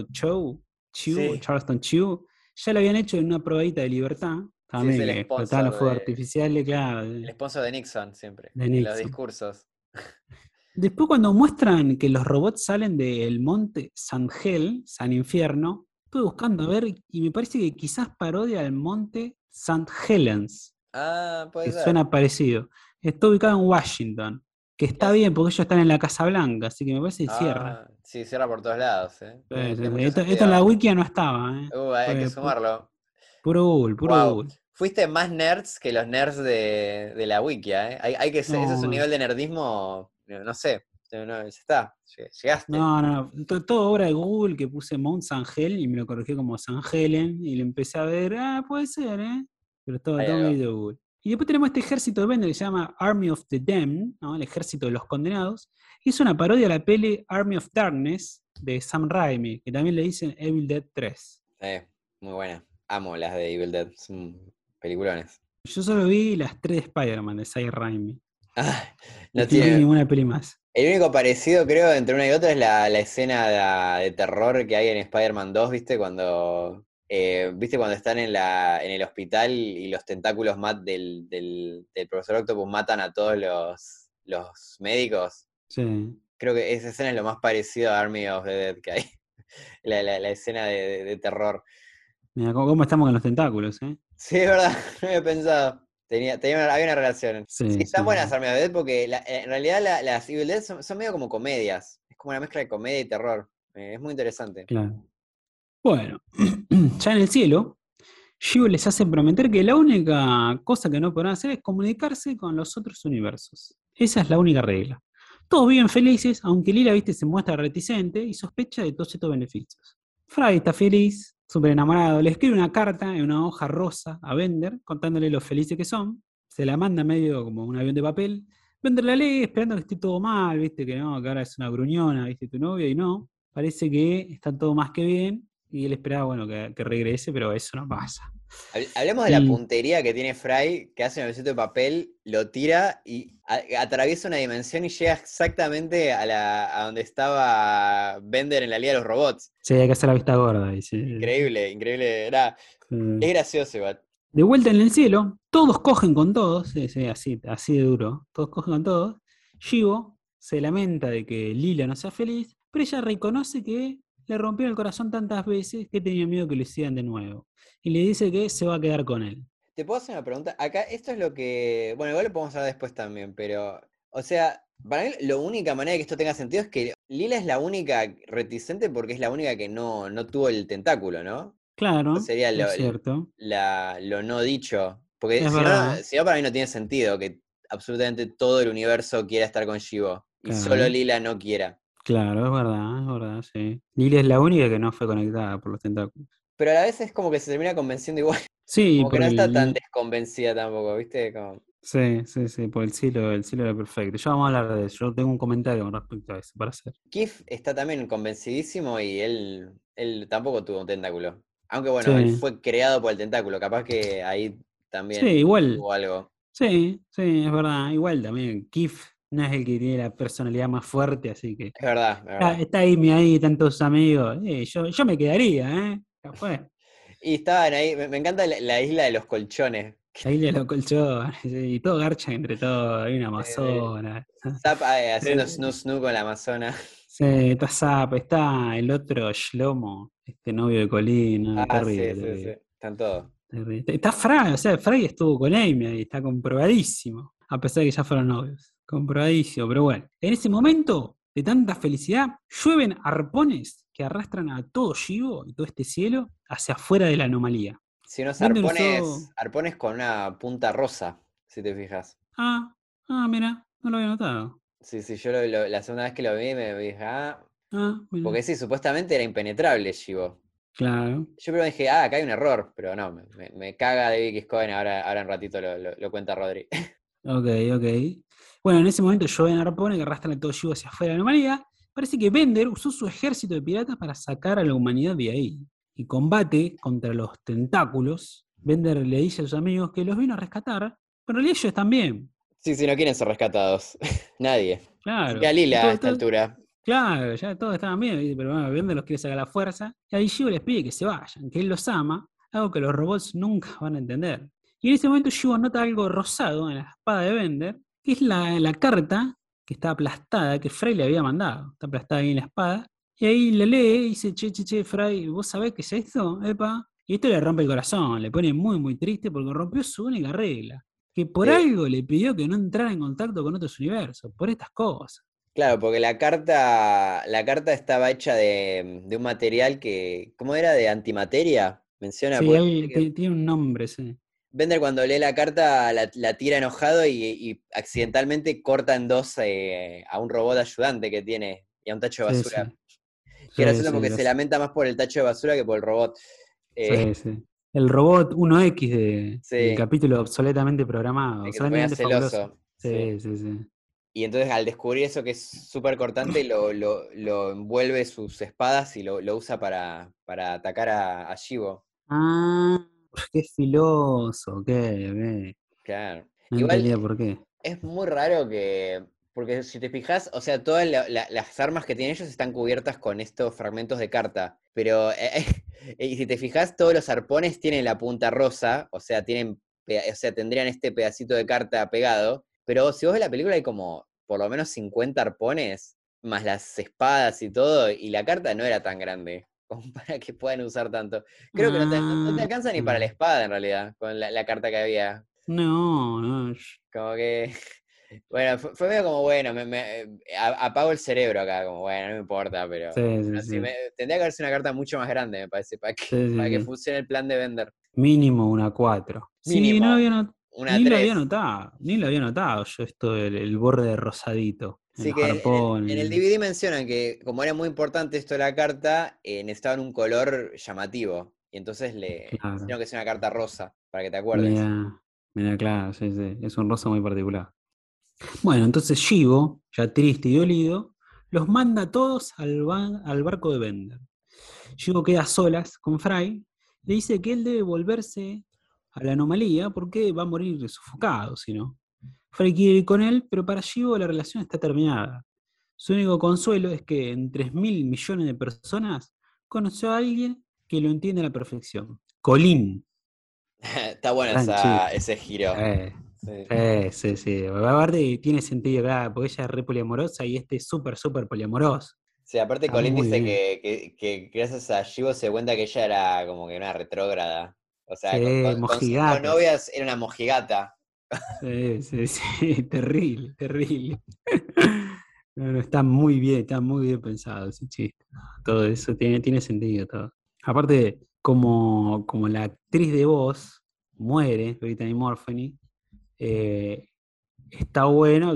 Chew, o Sí, Charleston Chew, ya lo habían hecho en una probadita de libertad, sí, es también que explotaban los fuegos artificiales, claro, el sponsor de Nixon siempre, de en los Nixon. discursos. Después cuando muestran que los robots salen del monte San Hel, San Infierno, estuve buscando a ver y me parece que quizás parodia al monte St. Helens, Ah, puede que ser. suena parecido. Está ubicado en Washington. Que ¿Qué está hace? bien, porque ellos están en la Casa Blanca, así que me parece que cierra. Ah, sí, cierra por todos lados, ¿eh? Sí, Tiene, sí, tiene sí. mucho Esto en la sentido. wiki no estaba, ¿eh? Hay que Fue sumarlo. puro Google, puro Wow. Google. Fuiste más nerds que los nerds de la Wikia, ¿eh? Ese es un No, nivel de nerdismo, no sé, ya está, llegaste. no, no, no. Todo obra de Google que puse Mount San Hel y me lo corrigió como San Helen y lo empecé a ver, puede ser, ¿eh? Pero todo, Hay todo algo. medio de Google. Y después tenemos este ejército de Bender que se llama Army of the Damned, ¿no? El ejército de los condenados. Hizo una parodia a la peli Army of Darkness de Sam Raimi, que también le dicen Evil Dead 3. Muy buena. Amo las de Evil Dead, son peliculones. Yo solo vi las 3 de Spider-Man de Sam Raimi. Ah, no No vi tiene. ninguna peli más. El único parecido, creo, entre una y otra es la escena de terror que hay en Spider-Man 2, ¿viste? ¿Viste cuando están en el hospital y los tentáculos del profesor Octopus matan a todos los médicos? Sí. Creo que esa escena es lo más parecido a Army of the Dead que hay. La escena de terror. Mira, cómo estamos con los tentáculos, ¿eh? Sí, es verdad, no había pensado. Había una relación. Sí, Sí, están sí, buenas sí. Army of the Dead porque en realidad las Evil Dead son medio como comedias. Es como una mezcla de comedia y terror. Es muy interesante. Claro. Bueno, ya en el cielo, Shio les hace prometer que la única cosa que no podrán hacer es comunicarse con los otros universos. Esa es la única regla. Todos viven felices, aunque Lila, viste, se muestra reticente y sospecha de todos estos beneficios. Fry está feliz, súper enamorado, le escribe una carta en una hoja rosa a Bender, contándole lo felices que son. Se la manda medio como un avión de papel. Bender la lee esperando que esté todo mal, viste, que no, que ahora es una gruñona, viste, tu novia, y no. Parece que está todo más que bien, y él esperaba, bueno, que regrese, pero eso no pasa. Hablemos de la Y puntería que tiene Fry, que hace un avioncito de papel, lo tira y atraviesa una dimensión y llega exactamente a donde estaba Bender en la Liga de los Robots. sí, hay que hacer la vista gorda. Y sí. Increíble, increíble. Es gracioso igual. De vuelta en el cielo, todos cogen con todos, sí, sí, así de duro, todos cogen con todos. Shivo se lamenta de que Lila no sea feliz, pero ella reconoce que le rompieron el corazón tantas veces que tenía miedo que lo hicieran de nuevo. Y le dice que se va a quedar con él. ¿Te puedo hacer una pregunta? Acá, esto es lo que. Bueno, igual lo podemos hablar después también, pero. O sea, para mí la única manera de que esto tenga sentido es que Lila es la única reticente porque es la única que no tuvo el tentáculo, ¿no? Eso Claro, sería es cierto, lo no dicho. Porque es verdad, si no, para mí no tiene sentido que absolutamente todo el universo quiera estar con Shivo y solo claro, Lila no quiera. claro, es verdad, sí. Lila es la única que no fue conectada por los tentáculos. Pero a la vez es como que se termina convenciendo igual. Sí, Como que por no está tan el, desconvencida tampoco, ¿viste? Como. sí, sí, sí, por el cielo era perfecto. Ya vamos a hablar de eso. Yo tengo un comentario con respecto a eso para hacer. Kif está también convencidísimo y él tampoco tuvo un tentáculo. Aunque bueno, él Sí, fue creado por el tentáculo, capaz que ahí sí, también igual. hubo algo. Sí, sí, es verdad. Igual también. Kif no es el que tiene la personalidad más fuerte, así que Es verdad, es verdad. está ahí, tantos amigos. Yo me quedaría, ¿eh? Ya fue. Y estaban ahí, me encanta la isla de los colchones. Ahí le lo colchó. Y todo garcha entre todos. Hay una amazona. Zap haciendo Eh, snoo snoo con la amazona. Sí, está Zap, está el otro Shlomo, este novio de Colin, ¿no? Ah, sí, Terrible, sí, sí. terrible. Están todos. Está Fry, o sea, Fry estuvo con Amy ahí, está comprobadísimo, a pesar de que ya fueron novios. Comprobadísimo, pero bueno. En ese momento de tanta felicidad, llueven arpones que arrastran a todo Shivo y todo este cielo hacia afuera de la anomalía. Si unos Bender usó. arpones con una punta rosa, si te fijas. Ah, mira, no lo había notado. Sí, sí, yo la segunda vez que lo vi me dije, Mira, porque sí, supuestamente era impenetrable Shivo. claro. Yo primero dije, acá hay un error, pero no, me caga de Vicky Cohen, ahora en ratito lo cuenta Rodri. Ok, ok. Bueno, en ese momento Joven Arpone, que arrastra a todo Shivo hacia afuera de la anomalía, parece que Bender usó su ejército de piratas para sacar a la humanidad de ahí. Y combate contra los tentáculos. Bender le dice a sus amigos que los vino a rescatar, pero en realidad ellos también. Sí, sí, no quieren ser rescatados. Nadie. Ni Claro. siquiera Y Lila a esta altura. claro, ya todos estaban bien, ¿viste? Pero bueno, Bender los quiere sacar a la fuerza. Y ahí Shivo les pide que se vayan, que él los ama, algo que los robots nunca van a entender. Y en ese momento Shivo nota algo rosado en la espada de Bender, que es la carta que está aplastada, que Frey le había mandado. Está aplastada ahí en la espada. Y ahí la lee y dice, che, Frey, ¿vos sabés qué es esto? Epa. Y esto le rompe el corazón, le pone muy, muy triste porque rompió su única regla, que por Sí. algo le pidió que no entrara en contacto con otros universos, por estas cosas. Claro, porque la carta estaba hecha de un material que, ¿cómo era? De antimateria, menciona, Sí, porque él tiene un nombre, sí. Bender cuando lee la carta la tira enojado y accidentalmente corta en dos a un robot ayudante que tiene y a un tacho de Sí, basura. sí. Que era Sí, gracioso sí, porque se lamenta más por el tacho de basura que por el robot. Eh, sí, sí. El robot 1X del sí, capítulo obsoletamente programado, el que se ponía obsoletamente fabuloso. celoso. Sí. Sí, sí, sí. Y entonces al descubrir eso que es súper cortante, lo envuelve sus espadas y lo usa para atacar a Shivo. Ah, qué filoso, ok, ok. Claro. No Igual entendía por qué. es muy raro que, porque si te fijas, o sea, todas las armas que tienen ellos están cubiertas con estos fragmentos de carta, pero y si te fijas, todos los arpones tienen la punta rosa, o sea, o sea, tendrían este pedacito de carta pegado, pero si vos ves la película hay como por lo menos 50 arpones, más las espadas y todo, y la carta no era tan grande como para que puedan usar tanto. Creo que no te Ah, alcanza ni para la espada en realidad, con la carta que había. no, no. Como que, bueno, fue medio como, bueno, apago el cerebro acá, como, bueno, no me importa, pero Sí, sí, sí, sí. tendría que haberse una carta mucho más grande, me parece, para que, Sí, sí, para que sí. funcione el plan de vender. Mínimo una 4. Sí, no Mínimo, había una ni lo había 3. notado, ni lo había notado yo esto del borde rosadito en Sí los que en el arpones. DVD mencionan que como era muy importante esto de la carta, necesitaban un color llamativo. Y entonces le Claro. hicieron que sea una carta rosa, para que te acuerdes. Mira, mira, claro, sí, sí. Es un rosa muy particular. Bueno, entonces Shivo, ya triste y dolido, los manda a todos al barco de Bender. Shivo queda a solas con Fry, le dice que él debe volverse a la anomalía porque va a morir sofocado, si no. Fry quiere ir con él, pero para Shivo la relación está terminada. Su único consuelo es que en 3.000 millones de personas conoció a alguien que lo entiende a la perfección. Colin, Está bueno gran chico. ese giro. Eh, Sí. sí, sí. Aparte tiene sentido, claro, porque ella es re poliamorosa y este es súper, súper poliamoroso. Sí, aparte Está Colin muy dice bien. que gracias a Shivo se dio cuenta que ella era como que una retrógrada. O sea, Sí, con 5 novias mojigatas. era una mojigata. Sí, sí, sí, terrible, terrible. No, no, está muy bien pensado ese chiste. Todo eso tiene sentido todo. Aparte, como la actriz de voz muere, Brittany Murphy, eh, está bueno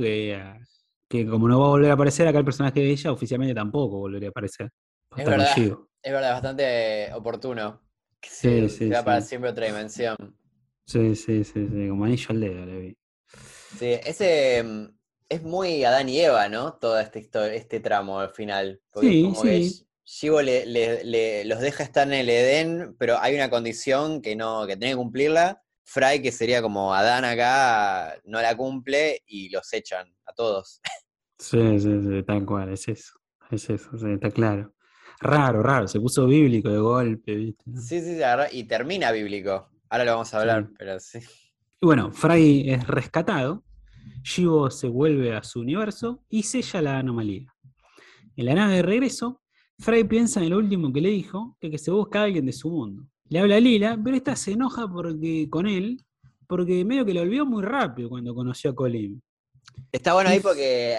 que como no va a volver a aparecer acá el personaje de ella, oficialmente tampoco volvería a aparecer. Va a Es estar con verdad, Gio. es verdad, bastante oportuno. Que Sí, se sí, va para sí. siempre a otra dimensión. Sí, sí, sí, sí, como anillo al dedo le vi. Sí, ese es muy Adán y Eva, ¿no? Toda esta historia, este tramo al final. Porque es Sí, como que sí. Shivo los deja estar en el Edén, pero hay una condición que tiene que cumplirla. Fry, que sería como Adán acá, no la cumple y los echan a todos. Sí, sí, sí, tal cual, es eso. Es eso, sí, está claro. Raro, raro, se puso bíblico de golpe, ¿viste? ¿No? Sí, sí, sí, y termina bíblico. Ahora lo vamos a hablar, Sí. pero sí. Y bueno, Fry es rescatado, Shivo se vuelve a su universo y sella la anomalía. En la nave de regreso, Fry piensa en lo último que le dijo, que se busca a alguien de su mundo. Le habla a Lila, pero esta se enoja con él, porque medio que lo olvidó muy rápido cuando conoció a Colin. Está bueno ahí Kif, porque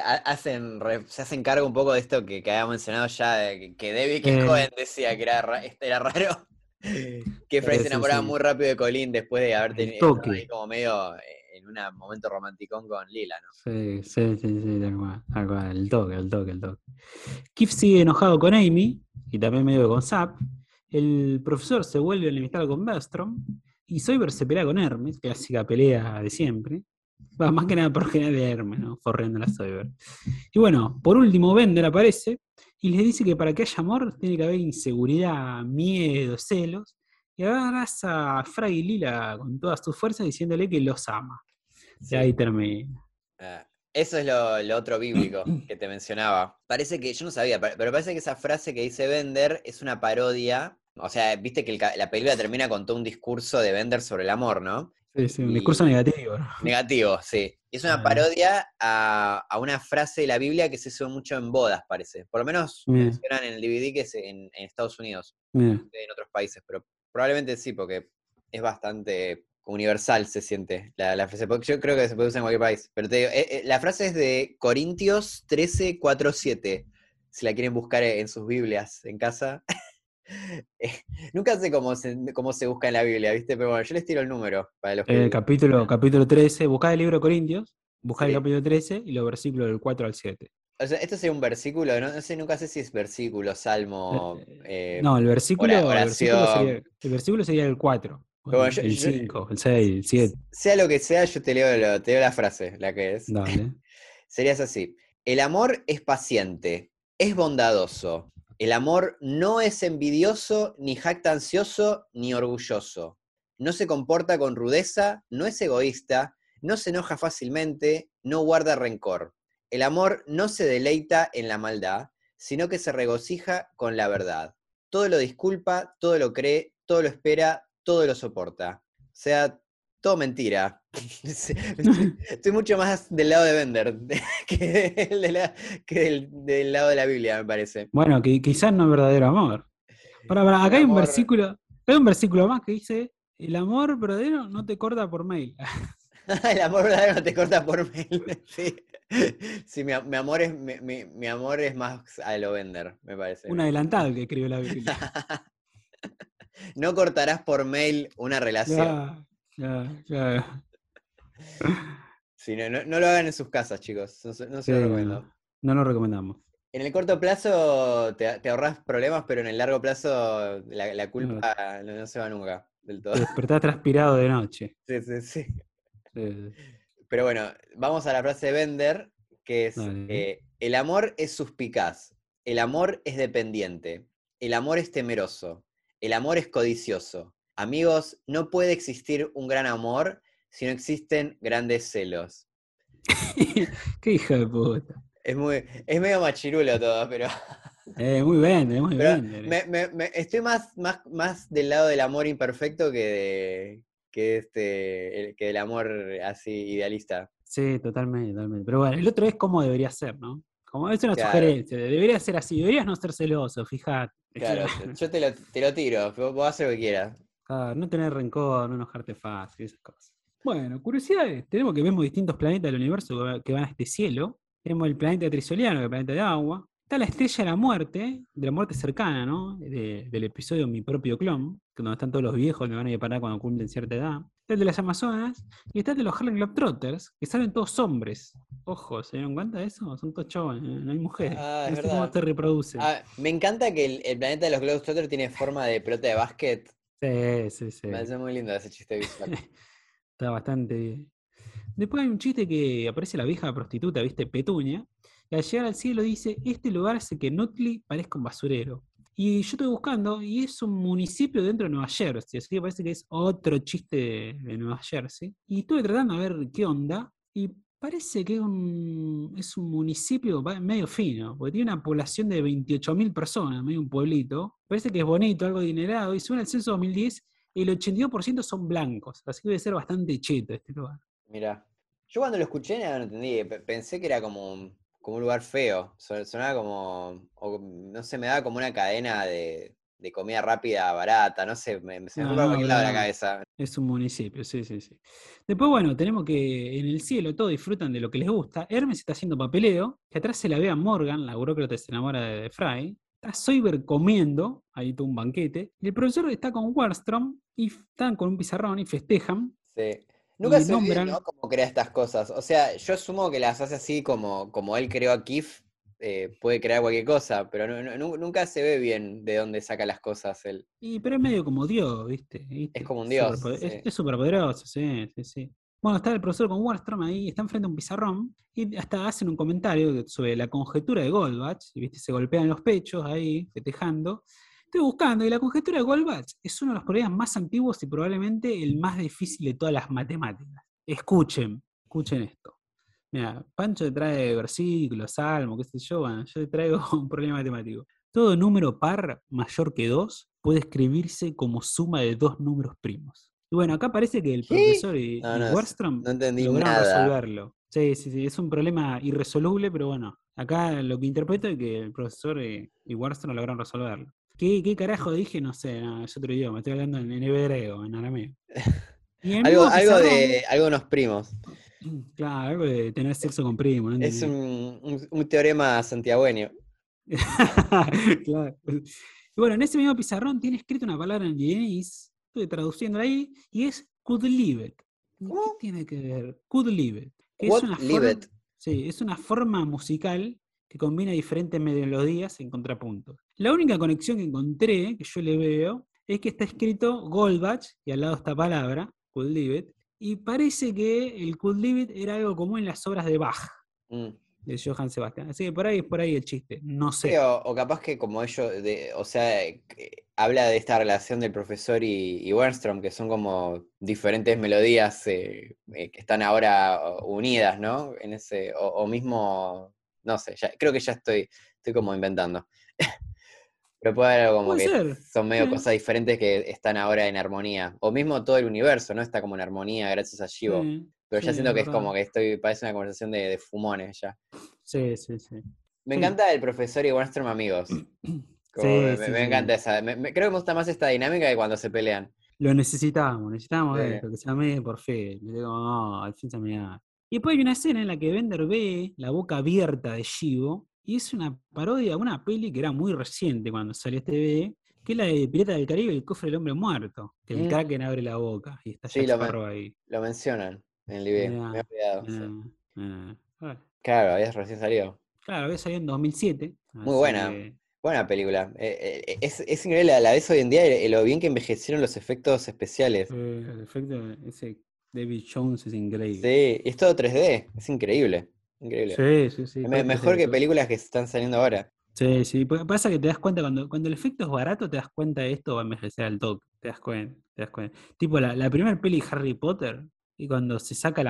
se hacen cargo un poco de esto que habíamos mencionado ya, de que Debbie, que es eh, joven, decía que era raro. Que Fry se sí, enamoraba sí, muy rápido de Colin después de haber el estado ahí toque. como medio en un momento romanticón con Lila, ¿no? Sí, sí, sí, sí, tal cual, el toque, el toque, el toque. Kif sigue enojado con Amy y también medio con Zap. El profesor se vuelve a enemistar con Berstrom y Soyber se pelea con Hermes, clásica pelea de siempre. Va, más que nada por general de Hermes, ¿no? Forreando a Soyber. Y bueno, por último, Bender aparece y les dice que para que haya amor tiene que haber inseguridad, miedo, celos. Y abraza a Fry y Lila con todas sus fuerzas diciéndole que los ama. Y Sí. ahí termina. Eso es lo otro bíblico que te mencionaba. Parece que, yo no sabía, pero parece que esa frase que dice Bender es una parodia. O sea, viste que la película termina con todo un discurso de Bender sobre el amor, ¿no? Sí, sí, un discurso Y negativo, ¿no? negativo, sí. Es una Ah, parodia a una frase de la Biblia que se usa mucho en bodas, parece. Por lo menos mira, mencionan en el DVD que es en Estados Unidos, mira. en otros países, pero probablemente sí, porque es bastante. universal se siente la frase, porque yo creo que se puede usar en cualquier país. Pero te digo, la frase es de Corintios 13:4-7, si la quieren buscar en sus Biblias en casa. Nunca sé cómo se busca en la Biblia, ¿viste? Pero bueno, yo les tiro el número para los que... Capítulo 13, buscá el libro de Corintios, buscá el ¿Sí? capítulo 13 y los versículos del 4 al 7. O sea, esto sería un versículo, no sé, nunca sé si es versículo, salmo, No, oración. el versículo sería el 4, o Pero bueno, el 5, el 6, el 7. sea lo que sea, yo te leo la frase, la que es. Dale. Serías así. El amor es paciente, es bondadoso. El amor no es envidioso, ni jactancioso, ni orgulloso. No se comporta con rudeza, no es egoísta, no se enoja fácilmente, no guarda rencor. El amor no se deleita en la maldad, sino que se regocija con la verdad. Todo lo disculpa, todo lo cree, todo lo espera, todo lo soporta. O sea, todo mentira. Estoy mucho más del lado de Bender que, del lado de la Biblia, me parece. Bueno, quizás no es verdadero amor. Acá Un amor. hay un versículo más que dice, el amor verdadero no te corta por mail. El amor verdadero no te corta por mail. Sí, sí mi amor es más a lo Bender, me parece. Un adelantado el que escribió la Biblia. No cortarás por mail una relación. Ya, ya, ya. Sí, no lo hagan en sus casas, chicos. No se Sí, lo no, recomiendo. no lo recomendamos. En el corto plazo te ahorras problemas, pero en el largo plazo la No, culpa no se va nunca del todo. te despertás transpirado de noche. Sí, sí, sí. Sí, Pero bueno, vamos a la frase de Bender, que es, dale. el amor es suspicaz, el amor es dependiente, el amor es temeroso, el amor es codicioso. Amigos, no puede existir un gran amor si no existen grandes celos. Qué hijo de puta. Es medio machirulo todo, pero, Muy pero bien. estoy más del lado del amor imperfecto que del amor así idealista. Sí, totalmente. Pero bueno, el otro es cómo debería ser, ¿no? Como es una Claro. sugerencia, debería ser así, deberías no ser celoso, fíjate. Claro, yo te lo tiro, vos haces lo que quieras. Claro, no tener rencor, no enojarte fácil, esas cosas. Bueno, curiosidades. Tenemos que vemos distintos planetas del universo que van a este cielo. Tenemos el planeta trisoliano, que es el planeta de agua. Está la estrella de la muerte cercana, ¿no? Del episodio Mi propio clon, que donde están todos los viejos que van a ir a parar cuando cumplen cierta edad. Está el de las Amazonas y está el de los Harlem Globetrotters, que salen todos hombres. Ojo, ¿se dieron cuenta de eso? Son todos chavos, no hay mujeres. Ah, es No sé cómo verdad. se reproducen. Ah, me encanta que el planeta de los Globetrotters tiene forma de pelota de básquet. Sí, sí, Me sí. parece muy lindo ese chiste visual. Está bastante bien. Después hay un chiste que aparece la vieja prostituta, ¿viste? Petunia, y al llegar al cielo dice, este lugar hace que Nutley parezca un basurero. Y yo estoy buscando, y es un municipio dentro de Nueva Jersey, así que parece que es otro chiste de Nueva Jersey. Y estuve tratando de ver qué onda, y parece que es un municipio medio fino, porque tiene una población de 28.000 personas, medio un pueblito. Parece que es bonito, algo adinerado, y según el censo 2010, el 82% son blancos, así que debe ser bastante cheto este lugar. Mira, yo cuando lo escuché no lo entendí, pensé que era como un lugar feo, sonaba no sé, me daba como una cadena de comida rápida barata, no sé, se me fue No, para no, cualquier lado de la no. cabeza. Es un municipio, sí, sí, sí. Después, bueno, tenemos que en el cielo todos disfrutan de lo que les gusta. Hermes está haciendo papeleo, que atrás se la ve a Morgan, la burócrata se enamora de Fry. Está Soyber comiendo, ahí todo un banquete. Y el profesor está con Wallstrom y están con un pizarrón y festejan Sí. Nunca y se ve bien, nombran. ¿no? Cómo crea estas cosas. O sea, yo asumo que las hace así como él creó a Kif, puede crear cualquier cosa, pero nunca se ve bien de dónde saca las cosas él. Pero es medio como Dios, ¿viste? Es ¿Viste? como un dios, sí. Es súper poderoso, sí, sí, sí. Bueno, está el profesor con Wallstrom ahí, está enfrente a un pizarrón y hasta hacen un comentario sobre la conjetura de Goldbach, y ¿viste? Se golpean los pechos ahí, festejando. Estoy buscando, y la conjetura de Goldbach es uno de los problemas más antiguos y probablemente el más difícil de todas las matemáticas. Escuchen esto. Mira, Pancho te trae versículos, salmo, qué sé yo, bueno, yo te traigo un problema matemático. Todo número par mayor que 2 puede escribirse como suma de dos números primos. Y bueno, acá parece que el ¿Qué? profesor y, No, y no, Wallström no entendí lograron nada. resolverlo. Sí, sí, sí, es un problema irresoluble, pero bueno, acá lo que interpreto es que el profesor y Wallström lograron resolverlo. ¿Qué carajo dije? No sé, no, es otro idioma, estoy hablando en hebreo, en arameo. Y en el Algo, mismo algo pizarrón, de, algo de unos primos. claro, algo de tener sexo con primo, ¿no? Es ¿Entendés? un teorema santiagüeño. Claro. Y bueno, en ese mismo pizarrón tiene escrito una palabra en vienés, estoy traduciendo ahí, y es could live it. ¿Qué ¿Cómo? tiene que ver? Could live it. Que es What una live forma, it? sí, es una forma musical que combina diferentes melodías en contrapuntos. La única conexión que encontré, que yo le veo, es que está escrito Goldbach y al lado esta palabra, could live it, y parece que el could live it era algo común en las obras de Bach, Mm. de Johann Sebastian. Así que por ahí es por ahí el chiste, no Sí, sé. o capaz que como ellos, o sea, habla de esta relación del profesor y Wernstrom, que son como diferentes melodías que están ahora unidas, ¿no? En ese, o mismo, no sé, creo que ya estoy como inventando. Pero puede haber algo como Puede que ser. son medio Sí, cosas diferentes que están ahora en armonía. O mismo todo el universo, ¿no? Está como en armonía gracias a Shivo. sí, Pero sí, ya es siento que es como verdad. que parece una conversación de fumones ya. Sí, sí, sí. Me Sí, encanta el profesor y Wernstrom amigos. Como sí, me, sí, me encanta sí. esa. Creo que me gusta más esta dinámica que cuando se pelean. Lo necesitábamos Sí. esto, que se ame por fe. Le digo, no, al fin se me da. Y después hay una escena en la que Bender ve la boca abierta de Shivo, y es una parodia de una peli que era muy reciente cuando salió este DVD, que es la de Pirata del Caribe, el cofre del hombre muerto, que el Mm, Kraken abre la boca y está sí, Jack Sparrow ahí. lo mencionan en el video. Me he Mirá, olvidado, sí. mirá, mirá. Bueno, Claro, había recién salido. claro, había salido en 2007, Muy así buena. que Buena película. Es increíble a la vez hoy en día lo bien que envejecieron los efectos especiales. el efecto, ese David Jones es increíble. Sí, y es todo 3D. Es increíble. Increíble. Sí, sí, sí, todo Mejor 3D, que todo. películas que están saliendo ahora. Sí, sí, pasa que te das cuenta cuando el efecto es barato, te das cuenta de esto va a envejecer al toque, te das cuenta, te das cuenta. Tipo la primera peli de Harry Potter, y cuando se saca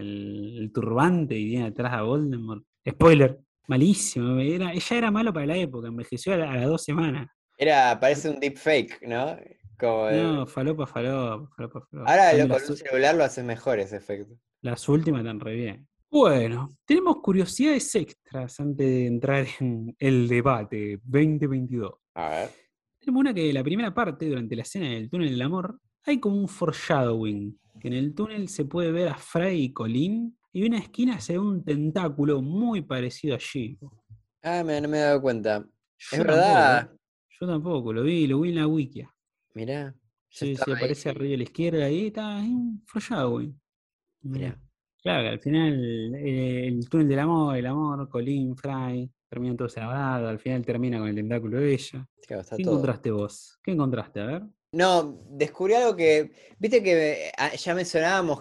el turbante y viene atrás a Voldemort. Spoiler, malísimo, ella era malo para la época, envejeció a las 2 semanas. Parece un deepfake, ¿no? Como No, falopa, falopa, falopa, falopa. En ahora cambio, con un celular lo haces mejor ese efecto. las últimas están re bien. Bueno, tenemos curiosidades extras antes de entrar en el debate 2022. A ver. Tenemos una que la primera parte, durante la escena del túnel del amor, hay como un foreshadowing, que en el túnel se puede ver a Fry y Colin, y en una esquina se ve un tentáculo muy parecido a Chico. Ah, no me he dado cuenta. Es Yo tampoco, verdad. yo tampoco, lo vi en la wikia. Mirá, ya Sí, estaba sí, aparece ahí. arriba a la izquierda, ahí está, ahí un foreshadowing. Mirá. Mirá. Claro, que al final el túnel del amor, el amor, Colin, Fry, terminan todos enamorados, al final termina con el tentáculo de ella. Claro, está ¿Qué todo. encontraste vos? ¿Qué encontraste? A ver. No, descubrí algo que, viste que ya mencionábamos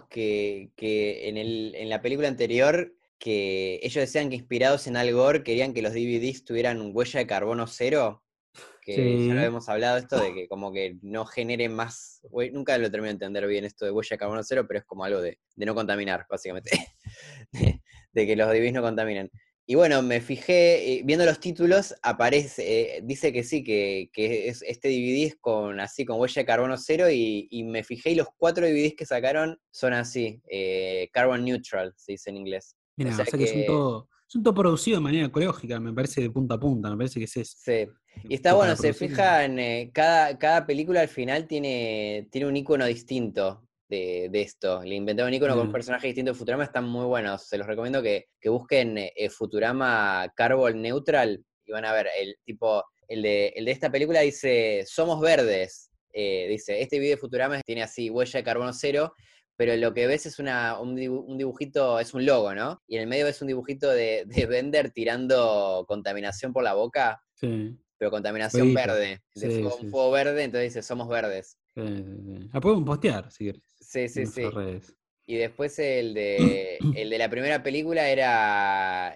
que en la película anterior, que ellos decían que inspirados en Al Gore querían que los DVDs tuvieran huella de carbono cero, que ya lo Sí. habíamos hablado esto de que como que no genere más, nunca lo termino de entender bien esto de huella de carbono cero, pero es como algo de no contaminar, básicamente, de que los DVDs no contaminen. Y bueno, me fijé, viendo los títulos, aparece, dice que sí, que este DVD es así, con huella de carbono cero, y me fijé y los 4 DVDs que sacaron son así, carbon neutral, se dice en inglés. O Mira, sea o sea que que son todo producido de manera ecológica, me parece de punta a punta, me parece que es eso. sí. Y está Que bueno, para se producir. fijan, cada película al final tiene un icono distinto de esto. Le inventaron un icono con un Mira, personaje distinto de Futurama, están muy buenos. Se los recomiendo que busquen Futurama Carbon Neutral y van a ver el tipo, el de esta película dice, somos verdes. Dice, este video de Futurama tiene así, huella de carbono cero, pero lo que ves es un dibujito, es un logo, ¿no? Y en el medio ves un dibujito de Bender tirando contaminación por la boca, sí. pero contaminación Fueguito. verde, Sí, un sí, sí. fuego verde, entonces dice, somos verdes. Sí, sí, sí. La podemos postear si querés Sí, en sí, nuestras sí. redes. Y después el de la primera película era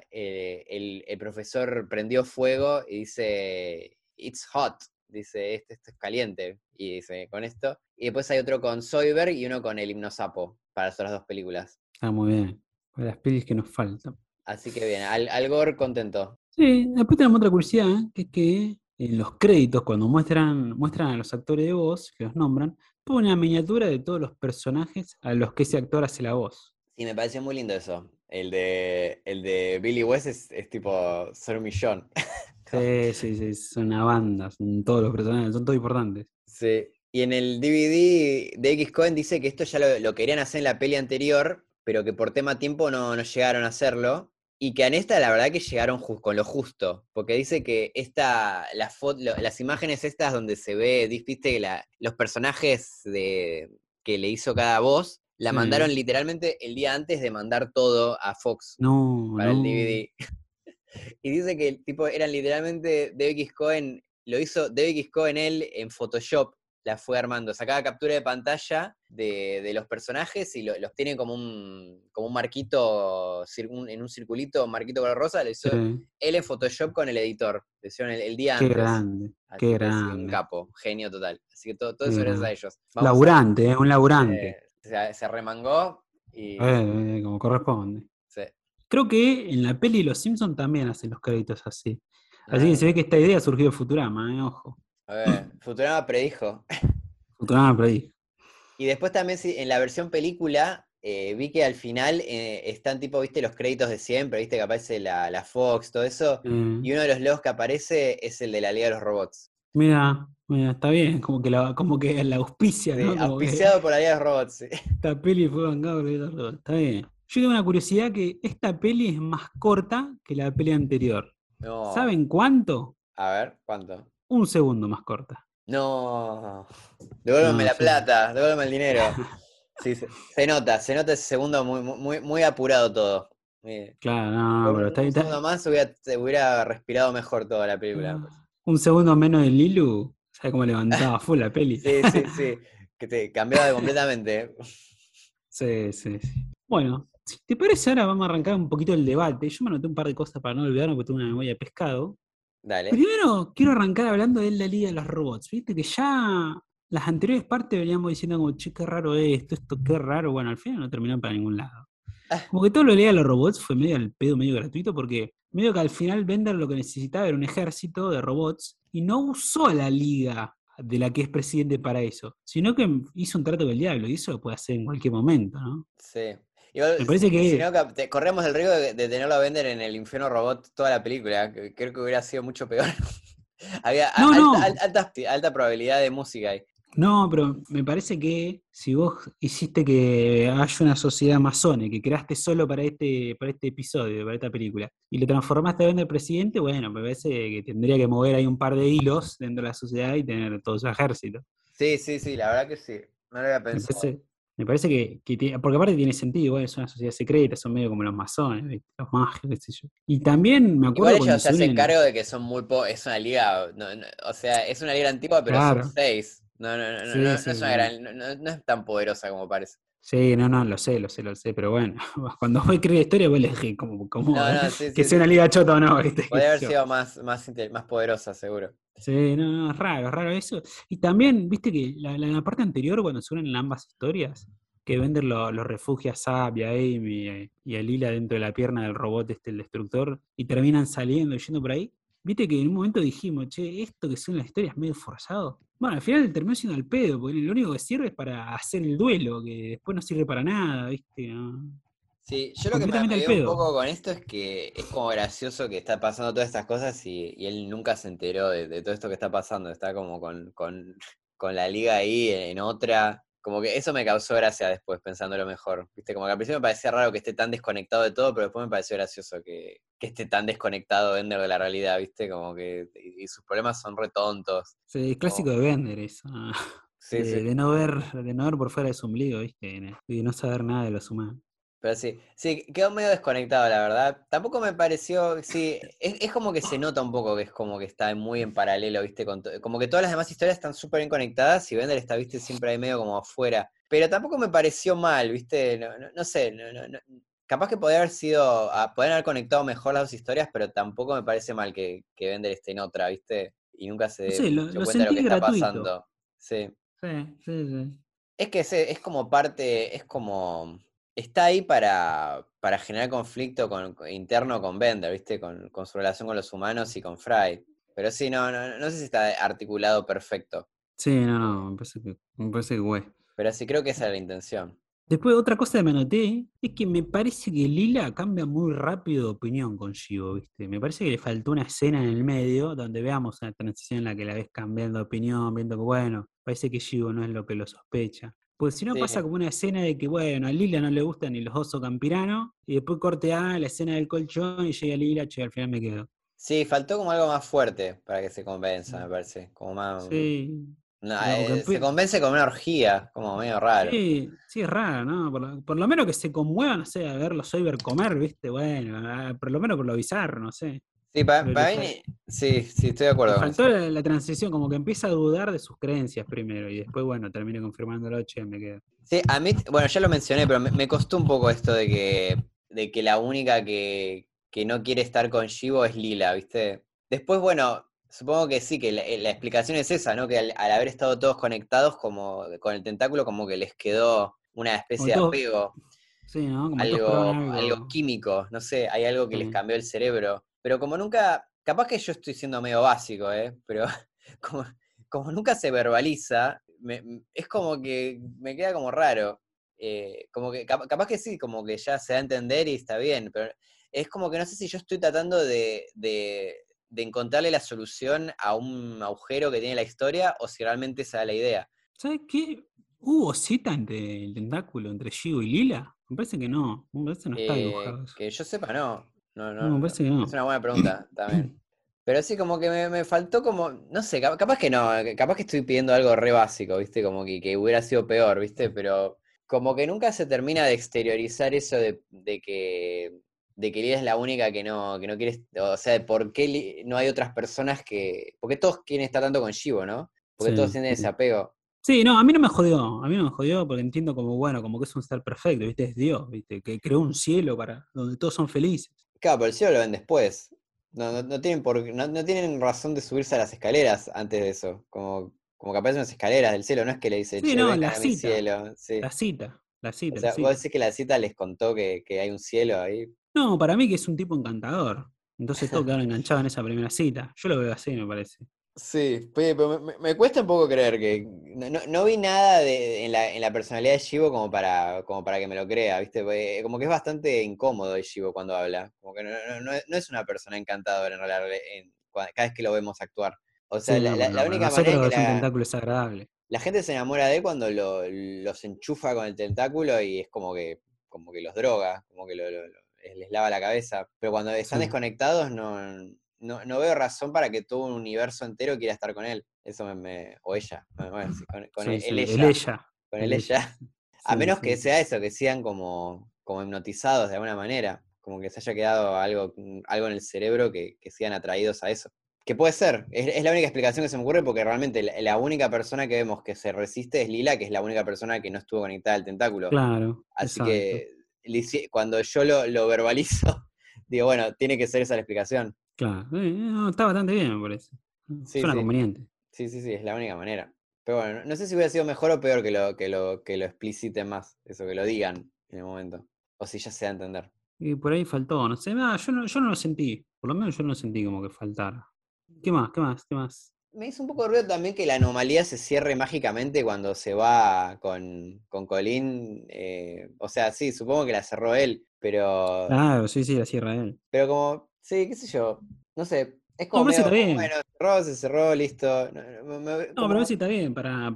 el profesor prendió fuego y dice, It's hot, dice, esto es caliente, y dice, con esto. Y después hay otro con Zoidberg y uno con el hipnosapo, para las otras 2 películas. Está muy bien. Para las pelis que nos faltan. Así que bien, Al Gore contento. Sí, después tenemos otra curiosidad, que es que en los créditos, cuando muestran a los actores de voz, que los nombran, ponen una miniatura de todos los personajes a los que ese actor hace la voz. Sí, me pareció muy lindo eso. El de Billy West es tipo, son un millón. Sí, sí, sí, son una banda, son todos los personajes, son todos importantes. Sí. Y en el DVD de X-Cohen dice que esto ya lo querían hacer en la peli anterior, pero que por tema tiempo no llegaron a hacerlo. Y que en esta la verdad que llegaron con lo justo. Porque dice que las imágenes estas donde se ve, viste, los personajes que le hizo cada voz, la mandaron Sí. literalmente el día antes de mandar todo a Fox No, para el no. DVD. Y dice que tipo eran literalmente David X. Cohen, lo hizo David X. Cohen él en Photoshop, la fue armando. Sacaba captura de pantalla de los personajes y los tiene como un marquito, en un circulito, un marquito color rosa, lo hizo Sí. él en Photoshop con el editor. Lo hicieron el día Qué antes. grande, qué Así que sí, un grande, capo, genio total. Así que todo qué eso gracias a grande. ellos. Vamos a. Laburante, un laburante. Se remangó y Como corresponde. sí. Creo que en la peli Los Simpsons también hacen los créditos así. Así que se ve Ah, que esta idea surgió de Futurama, ojo. a ver, Futurama predijo. Futurama por ahí. Y después también sí, en la versión película vi que al final están tipo, viste, los créditos de siempre, viste que aparece la Fox, todo eso, Eh, y uno de los logos que aparece es el de la Liga de los Robots. mira, está bien, como que la auspicia, Sí, ¿no? Como que auspiciado por la Liga de los Robots, sí. esta peli fue bancada por Leonardo DiCaprio. Está bien. Yo tengo una curiosidad que esta peli es más corta que la peli anterior. No, ¿Saben cuánto? a ver, ¿cuánto? Un segundo más corta. No, devuélveme No, la yo. plata, devuélveme el dinero. Sí, se nota ese segundo muy, muy, muy apurado todo. Claro, no, Con pero un segundo más se hubiera respirado mejor toda la película. un segundo menos de Lilu. ¿Sabes cómo levantaba full la peli? Sí, sí, sí, que te cambiaba completamente. Sí, sí, sí. Bueno, si te parece, ahora vamos a arrancar un poquito el debate. Yo me anoté un par de cosas para no olvidarme porque tengo una memoria de pescado. Dale. Primero, quiero arrancar hablando de la Liga de los Robots. Viste que ya las anteriores partes veníamos diciendo como, che, qué raro esto qué raro. Bueno, al final no terminó para ningún lado. Como que todo lo de la Liga de los Robots fue medio al pedo, medio gratuito, porque medio que al final Bender lo que necesitaba era un ejército de robots y no usó a la Liga de la que es presidente para eso, sino que hizo un trato con el diablo y eso lo puede hacer en cualquier momento, ¿no? Sí. Igual, Me parece si que, no, corremos el riesgo de tenerlo a vender en el infierno robot toda la película, que creo que hubiera sido mucho peor. Había no, no, alta probabilidad de música ahí. no, pero me parece que si vos hiciste que haya una sociedad masone, que creaste solo para este episodio, para esta película, y lo transformaste a Bender presidente, bueno, me parece que tendría que mover ahí un par de hilos dentro de la sociedad y tener todo su ejército. Sí, sí, sí, la verdad que sí. No lo había Me pensado. parece, me parece porque aparte tiene sentido, igual es una sociedad secreta, son medio como los masones, ¿viste? Los magios, qué sé yo. Y también me Igual acuerdo cuando ellos se se hacen unen, cargo de que son es una liga, o sea, es una liga antigua, pero son claro, seis. No, no, no, no, sí, no sí, es una sí. gran, no es tan poderosa como parece. Sí, no, no, lo sé, pero bueno, cuando voy a escribir la historia, voy a elegir No, no, sí, que sí, sea sí. una liga chota o no, ¿viste? ¿Qué Podría haber sé yo? sido más poderosa, seguro. Sí, no, no, es raro eso. Y también, viste que la parte anterior, cuando se unen ambas historias, que Bender lo refugia a Zap y a Amy y a Lila dentro de la pierna del robot el destructor, y terminan saliendo y yendo por ahí, viste que en un momento dijimos, che, esto que son las historias medio forzado. Bueno, al final terminó siendo al pedo, porque lo único que sirve es para hacer el duelo, que después no sirve para nada, viste, ¿no? Sí, yo lo que me Completamente al dio un pedo. poco con esto es que es como gracioso que está pasando todas estas cosas y él nunca se enteró de todo esto que está pasando. Está como con la liga ahí en otra. Como que eso me causó gracia después, pensándolo mejor. Viste, como que al principio me parecía raro que esté tan desconectado de todo, pero después me pareció gracioso que esté tan desconectado Ender de la realidad, ¿viste? Como que y sus problemas son re tontos. Sí, es clásico Como- de Bender eso, ¿no? sí, sí. De no ver por fuera de su ombligo, ¿viste? Y de no saber nada de los humanos. Pero sí, sí, quedó medio desconectado, la verdad. Tampoco me pareció, sí, es como que se nota un poco que es como que está muy en paralelo, ¿viste? Como que todas las demás historias están súper bien conectadas y Bender está, ¿viste? Siempre ahí medio como afuera. Pero tampoco me pareció mal, ¿viste? No sé, capaz que podría haber sido, podrían haber conectado mejor las dos historias, pero tampoco me parece mal que Bender esté en otra, ¿viste? Y nunca se No dé sé, lo, mucho lo cuenta de lo sentí que está gratuito. pasando. Sí. Sí, sí, sí. Es que es como parte, es como, está ahí para generar conflicto interno con Bender, ¿viste? Con su relación con los humanos y con Fry. Pero sí, no sé si está articulado perfecto. Sí, no, Eh, no, me parece que güey. pero sí creo que esa es la intención. Después, otra cosa que me anoté es que me parece que Lila cambia muy rápido de opinión con Shivo, ¿viste? Me parece que le faltó una escena en el medio donde veamos una transición en la que la ves cambiando de opinión, viendo que, bueno, parece que Shivo no es lo que lo sospecha. Pues si no pasa Sí. como una escena de que, bueno, a Lila no le gustan ni los osos campiranos, y después corte a la escena del colchón y llega Lila, che, al final me quedo. Sí, faltó como algo más fuerte para que se convenza, me parece. Como más. Sí, No, porque se convence con una orgía, como medio raro. sí, sí es raro, ¿no? Por lo menos que se conmueva, no sé, a ver los Soyber comer, ¿viste? Bueno, por lo menos por lo bizarro, no sé. Sí, Pero para mí, sí, sí, estoy de le acuerdo con eso. faltó la transición, como que empieza a dudar de sus creencias primero y después, bueno, termina confirmándolo, che, me quedo. Sí, a mí, bueno, ya lo mencioné, pero me costó un poco esto de que la única que no quiere estar con Shivo es Lila, ¿viste? Después, bueno, supongo que sí, que la explicación es esa, ¿no? Que al haber estado todos conectados como con el tentáculo, como que les quedó una Como especie de todos, apego, sí, ¿no? Como todos probaron algo algo. químico, no sé, hay algo que les Sí. cambió el cerebro. Pero como nunca, capaz que yo estoy siendo medio básico, ¿eh? Pero como, como nunca se verbaliza, es como que me queda como raro. Como que capaz que sí, como que ya se da a entender y está bien, pero es como que no sé si yo estoy tratando de encontrarle la solución a un agujero que tiene la historia o si realmente esa es la idea. ¿Sabes qué? ¿Hubo cita entre el tentáculo, entre Shigo y Lila? Me parece que no. Me parece que no está dibujado eso. Que yo sepa, no. No, No, no, me no. parece que Es no. una buena pregunta también. Pero sí, como que me faltó como, no sé, capaz que no, capaz que estoy pidiendo algo re básico, ¿viste? Como que hubiera sido peor, ¿viste? Pero como que nunca se termina de exteriorizar eso de que Lía es la única que no quiere, o sea, de por qué no hay otras personas que, porque todos quieren estar tanto con Shivo, ¿no? Porque todos Sí. tienen ese apego. Sí, no, a mí no me jodió. A mí no me jodió porque entiendo como, bueno, como que es un ser perfecto, ¿viste? Es Dios, ¿viste? Que creó un cielo para donde todos son felices. Claro, pero el cielo lo ven después. No tienen no tienen razón de subirse a las escaleras antes de eso. Como que aparecen unas escaleras del cielo, no es que le dice, Sí, che, no, vengan la a mi cita. cielo. Sí. La cita. La O cita, la sea, vos cita. decís que la cita les contó que hay un cielo ahí. No, para mí que es un tipo encantador. Entonces todos quedaron enganchados en esa primera cita. Yo lo veo así, me parece. Sí, pero me cuesta un poco creer que no vi nada en la personalidad de Shivo como para que me lo crea, ¿viste? Porque como que es bastante incómodo el Shivo cuando habla. Como que no es una persona encantadora en realidad cada vez que lo vemos actuar. O sea, Sí, la, no, la- la para única manera en nosotros que es un tentáculo desagradable. la gente se enamora de él cuando los enchufa con el tentáculo y es como que los droga, como que les lava la cabeza. Pero cuando están Sí. desconectados no veo razón para que todo un universo entero quiera estar con él. Eso o ella. Bueno, sí, con Sí, sí. el El ella. ella. Con el El ella. ella. A Sí, menos que sí, sí. sea eso, que sean como hipnotizados de alguna manera. Como que se haya quedado algo en el cerebro que sean atraídos a eso. Que puede ser, es la única explicación que se me ocurre porque realmente la única persona que vemos que se resiste es Lila, que es la única persona que no estuvo conectada al tentáculo. Claro, Así exacto. que cuando yo lo verbalizo, digo, bueno, tiene que ser esa la explicación. Claro. No, está bastante bien, me parece. Sí, Suena sí, conveniente. sí, sí, sí, es la única manera. Pero bueno, no sé si hubiera sido mejor o peor que lo expliciten más, eso, que lo digan en el momento. O si ya se da a entender. Y por ahí faltó, no sé, nada, yo no lo sentí. Por lo menos yo no lo sentí como que faltara. ¿Qué más? ¿Qué más? ¿Qué más? Me hizo un poco de ruido también que la anomalía se cierre mágicamente cuando se va con Colin. O sea, sí, supongo que la cerró él, pero, Claro, sí, sí, la cierra él. pero como, sí, qué sé yo, no sé, es No, como pero sí medio, está bien. bueno, se cerró, listo. No, pero sí Como, está bien,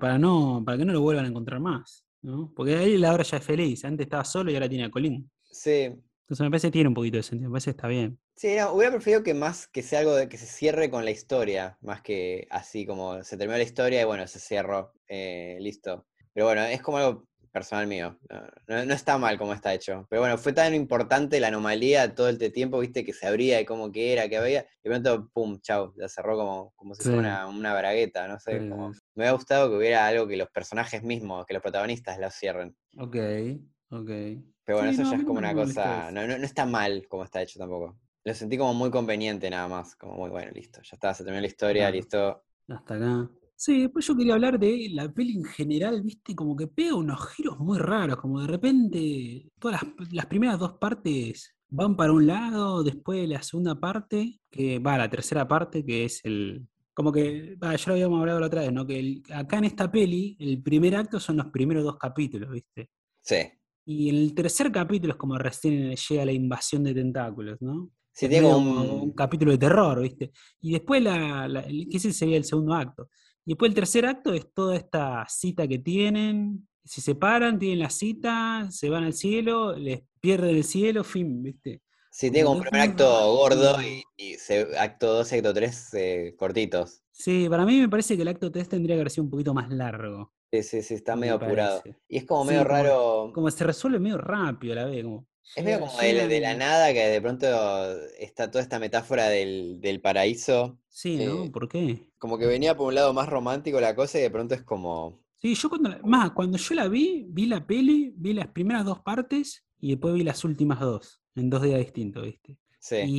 para que no lo vuelvan a encontrar más, ¿no? Porque ahí ahora ya es feliz. Antes estaba solo y ahora tiene a Colín. sí, Entonces me parece que tiene un poquito de sentido, me parece que está bien. sí, no, hubiera preferido que más que sea algo de que se cierre con la historia, más que así como se terminó la historia y bueno, se cerró, listo. Pero bueno, es como algo personal mío, no está mal como está hecho. Pero bueno, fue tan importante la anomalía todo el tiempo, viste, que se abría y cómo que era, que había, y de pronto, pum, chau, la cerró como si Sí, fuera una bragueta, no sí, sé, como... sí, sí. Me hubiera gustado que hubiera algo que los personajes mismos, que los protagonistas lo cierren. Ok, ok. Pero bueno, Sí, eso no, a ya mí es no como me una molestó cosa. eso. No está mal como está hecho tampoco. Lo sentí como muy conveniente nada más. Como muy bueno, listo. Ya está, se terminó la historia, Claro, listo. hasta acá. Sí, después yo quería hablar de la peli en general, viste, como que pega unos giros muy raros, como de repente todas las primeras dos partes van para un lado, después la segunda parte, que va, la tercera parte, que es como que, va, ya lo habíamos hablado la otra vez, ¿no? Que acá en esta peli, el primer acto son los primeros dos capítulos, viste. Sí. Y en el tercer capítulo es como recién llega la invasión de tentáculos, ¿no? Sí, Es tiene medio como como un capítulo de terror, ¿viste? Y después que ese sería el segundo acto. Y después el tercer acto es toda esta cita que tienen, se separan, tienen la cita, se van al cielo, les pierden el cielo, fin, ¿viste? Sí, tiene Como como que un es primer muy acto gordo rápido. acto 2 y acto 3 cortitos. Sí, para mí me parece que el acto 3 tendría que haber sido un poquito más largo, Sí, sí, sí, está medio me apurado. parece. Y es como medio Sí, raro, como se resuelve medio rápido a la vez, como es medio como de la llegan. nada que de pronto está toda esta metáfora del paraíso. Sí, ¿no? eh, ¿Por qué? Como que venía por un lado más romántico la cosa y de pronto es como... Sí, yo cuando yo la vi la peli, vi las primeras dos partes y después vi las últimas dos, en 2 días distintos, ¿viste? Sí.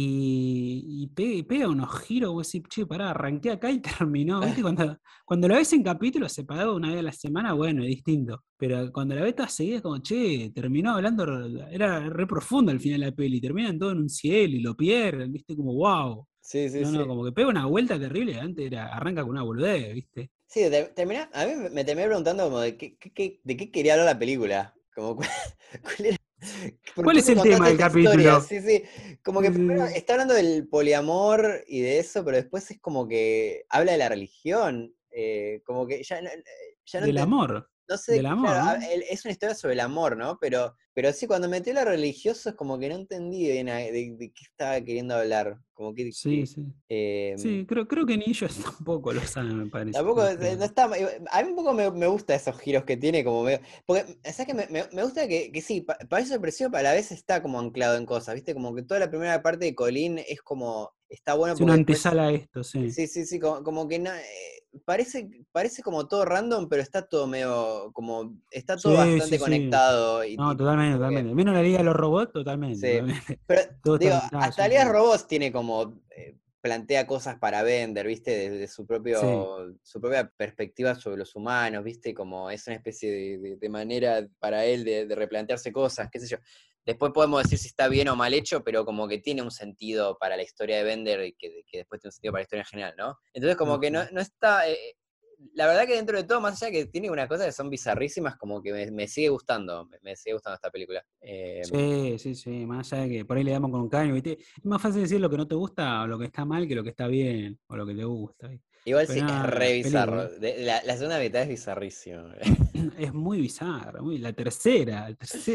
Y pega unos giros, vos decís, che, pará, arranqué acá y terminó, ¿viste? Cuando la ves en capítulos separado una vez a la semana, bueno, es distinto. Pero cuando la ves toda seguida es como, che, terminó hablando, era re profundo al final de la peli, terminan todo en un cielo y lo pierden, ¿viste? Como, wow. Sí, sí, No, no, sí. como que pega una vuelta terrible, antes arranca con una boludez, ¿viste? Sí, a mí me terminé preguntando como de qué quería hablar la película. Como cuál era, ¿por ¿Cuál qué es me el tema contaste del esta historia? capítulo? Sí, sí. Como que Sí, primero sí, está hablando del poliamor y de eso, pero después es como que habla de la religión. Como que ya no del entendí. amor, No sé, del amor, claro, ¿no? es una historia sobre el amor, ¿no? Pero sí, cuando metió lo religioso es como que no entendí bien de qué estaba queriendo hablar. Como Sí, sí. em, Sí, creo que ni ellos tampoco lo saben, me parece. tampoco, no Pero, está, a mí un poco me gusta esos giros que tiene, como medio, porque, ¿sabes que me gusta que sí, parece sorpresivo, pero a la vez está como anclado en cosas, ¿viste? Como que toda la primera parte de Colin es como, está bueno es una porque después, antesala a esto, sí. sí, sí, sí, como que parece como todo random, pero está todo medio, como, está todo Sí, bastante sí, sí. conectado No, y totalmente, como que totalmente. Menos la Liga de los Robots, totalmente, sí, totalmente. pero Todo está digo, conectado, hasta sí, Alias sí. Robots tiene como, plantea cosas para vender, ¿viste? Desde Sí, su propia perspectiva sobre los humanos, ¿viste? Como es una especie de manera para él de replantearse cosas, qué sé yo. Después podemos decir si está bien o mal hecho, pero como que tiene un sentido para la historia de Bender y que después tiene un sentido para la historia en general, ¿no? Entonces como que no, ajá. no está... la verdad que dentro de todo, más allá que tiene unas cosas que son bizarrísimas, como que me sigue gustando, me sigue gustando esta película. Sí, sí, sí. Más allá de que por ahí le damos con caño, ¿viste? Es más fácil decir lo que no te gusta o lo que está mal que lo que está bien o lo que te gusta, ¿viste? Igual Pero sí, es re nada, bizarro. película. La segunda mitad es bizarrísimo. Es muy bizarra, la tercera,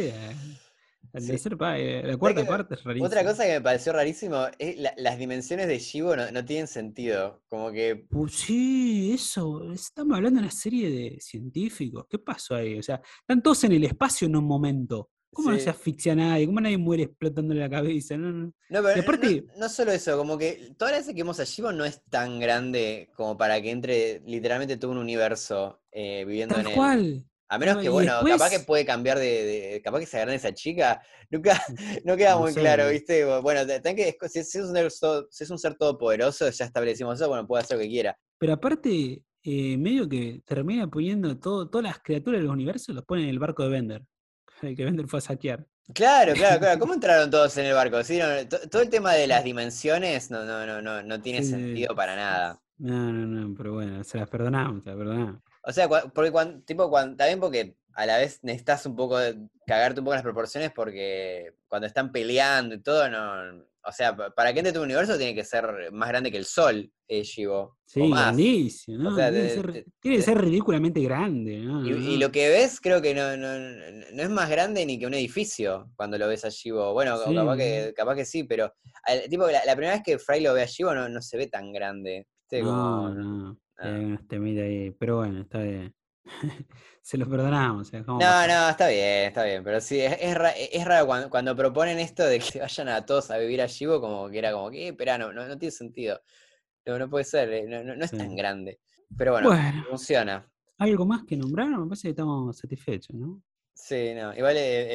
la Sí. tercera, la ¿Sabes cuarta qué? parte es Otra rarísima. cosa que me pareció rarísimo es las dimensiones de Shivo no tienen sentido. Como que, Sí, eso, estamos hablando de una serie de científicos. ¿Qué pasó ahí? O sea, están todos en el espacio en un momento. ¿Cómo no se sí. asfixia nadie? ¿Cómo nadie muere explotándole la cabeza? No, no. No, Y pero aparte, no solo eso, como que toda la vez que vemos a Shivo no es tan grande como para que entre literalmente todo un universo viviendo en él. A tal menos cual. que, Y bueno, capaz que después, puede cambiar capaz que se agarra esa chica, nunca, no queda no muy sé, claro, ¿no? ¿viste? Bueno, si es un si es un ser todopoderoso, ya establecimos eso, bueno, puede hacer lo que quiera. Pero aparte, medio que termina poniendo todas las criaturas del universo, los pone en el barco de Bender. El que Bender fue a saquear. Claro, claro, claro. ¿Cómo entraron todos en el barco? ¿Sí? Todo el tema de las dimensiones no tiene Sí, sentido para sí. nada. No, no, no, pero bueno, se las perdonamos, se las perdonamos. O sea, porque también porque a la vez necesitas un poco cagarte un poco las proporciones porque cuando están peleando y todo, no. O sea, para que entre tu universo tiene que ser más grande que el sol, Shivo, o Sí, más. grandísimo, O ¿no? sea, Tiene que ser ridículamente grande, ¿no? No, y no. lo que ves creo que no es más grande ni que un edificio cuando lo ves a Shivo. Bueno, o Sí, capaz que sí, pero tipo, la primera vez que Fry lo ve a Shivo no se ve tan grande. ¿Viste? Como. no, no. No, Hay unos temitas ahí, pero bueno, está bien. Se los perdonamos, se los dejamos pasar. no, está bien, pero sí, es raro cuando proponen esto de que vayan a todos a vivir a Shivo, como que era como que, espera, no tiene sentido. No puede ser, no es tan Sí. grande. Pero bueno, Bueno, funciona. algo más que nombrar, me parece que estamos satisfechos, ¿no? Sí, no, igual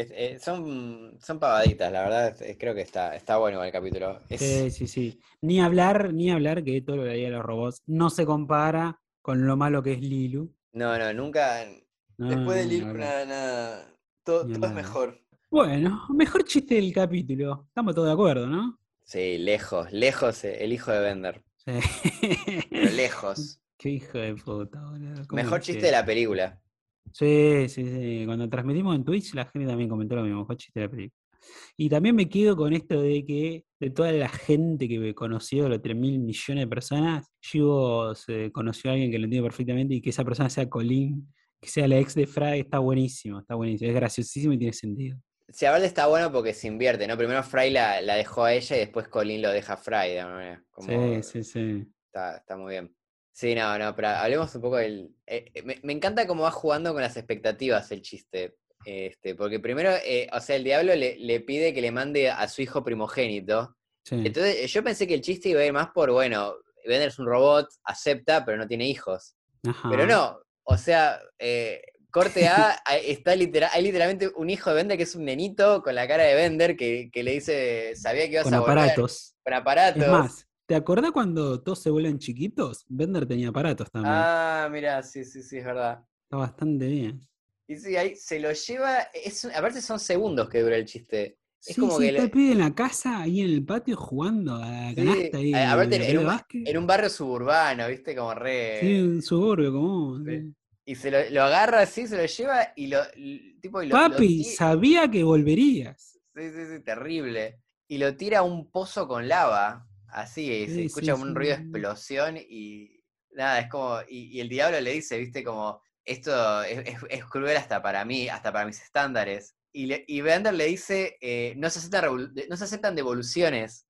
son pavaditas, la verdad, creo que está bueno el capítulo. Sí, sí, sí. Ni hablar que todo lo de ahí a los robots no se compara con lo malo que es Lilu. No, nunca, No, después no, del ni Lilo, hablar, todo, ni todo es hablar. mejor. Bueno, mejor chiste del capítulo. Estamos todos de acuerdo, ¿no? Sí, lejos, el hijo de Bender, Sí. pero lejos. Qué hijo de puta, boludo. ¿Cómo Mejor chiste de dice? la película. Sí, sí, sí. Cuando transmitimos en Twitch, la gente también comentó lo mismo. Mejor chiste de la película. Y también me quedo con esto de que de toda la gente que me conoció, los 3.000 millones de personas, Chivo se conoció a alguien que lo entiende perfectamente y que esa persona sea Colin, que sea la ex de Fry, está buenísimo, es graciosísimo y tiene sentido. Si aparte está bueno porque se invierte, ¿no? Primero Fry la dejó a ella y después Colin lo deja a Fry, de alguna manera. Como Sí, sí, sí. está muy bien. Sí, no, pero hablemos un poco del. Me encanta cómo va jugando con las expectativas el chiste. Porque primero, o sea, el diablo le pide que le mande a su hijo primogénito. Sí. Entonces, yo pensé que el chiste iba a ir más por, bueno, Bender es un robot, acepta, pero no tiene hijos. Pero Ajá. no, o sea, corte A, hay literalmente un hijo de Bender que es un nenito con la cara de Bender que le dice, sabía que ibas Con a volver, aparatos. con Es aparatos. más, ¿te acordás cuando todos se vuelven chiquitos? Bender tenía aparatos también. Ah, mira, sí, sí, sí, es verdad. Está bastante bien. Y sí, ahí se lo lleva, aparte son segundos que dura el chiste. Es Sí, como sí, que, está el pibe en la casa, ahí en el patio, jugando a la canasta sí, ahí de aparte la pelota de básquet. en un barrio suburbano, viste, como Sí, re. un suburbio común. re- Sí. Y lo agarra así, se lo lleva y tipo, Papi, sabía que volverías. sí, sí, sí, terrible. Y lo tira a un pozo con lava, así, y se Sí, escucha sí, como un ruido de sí. explosión y nada, es como, y el diablo le dice, viste, como, esto es cruel hasta para mí, hasta para mis estándares. Y Bender le dice, no se aceptan devoluciones.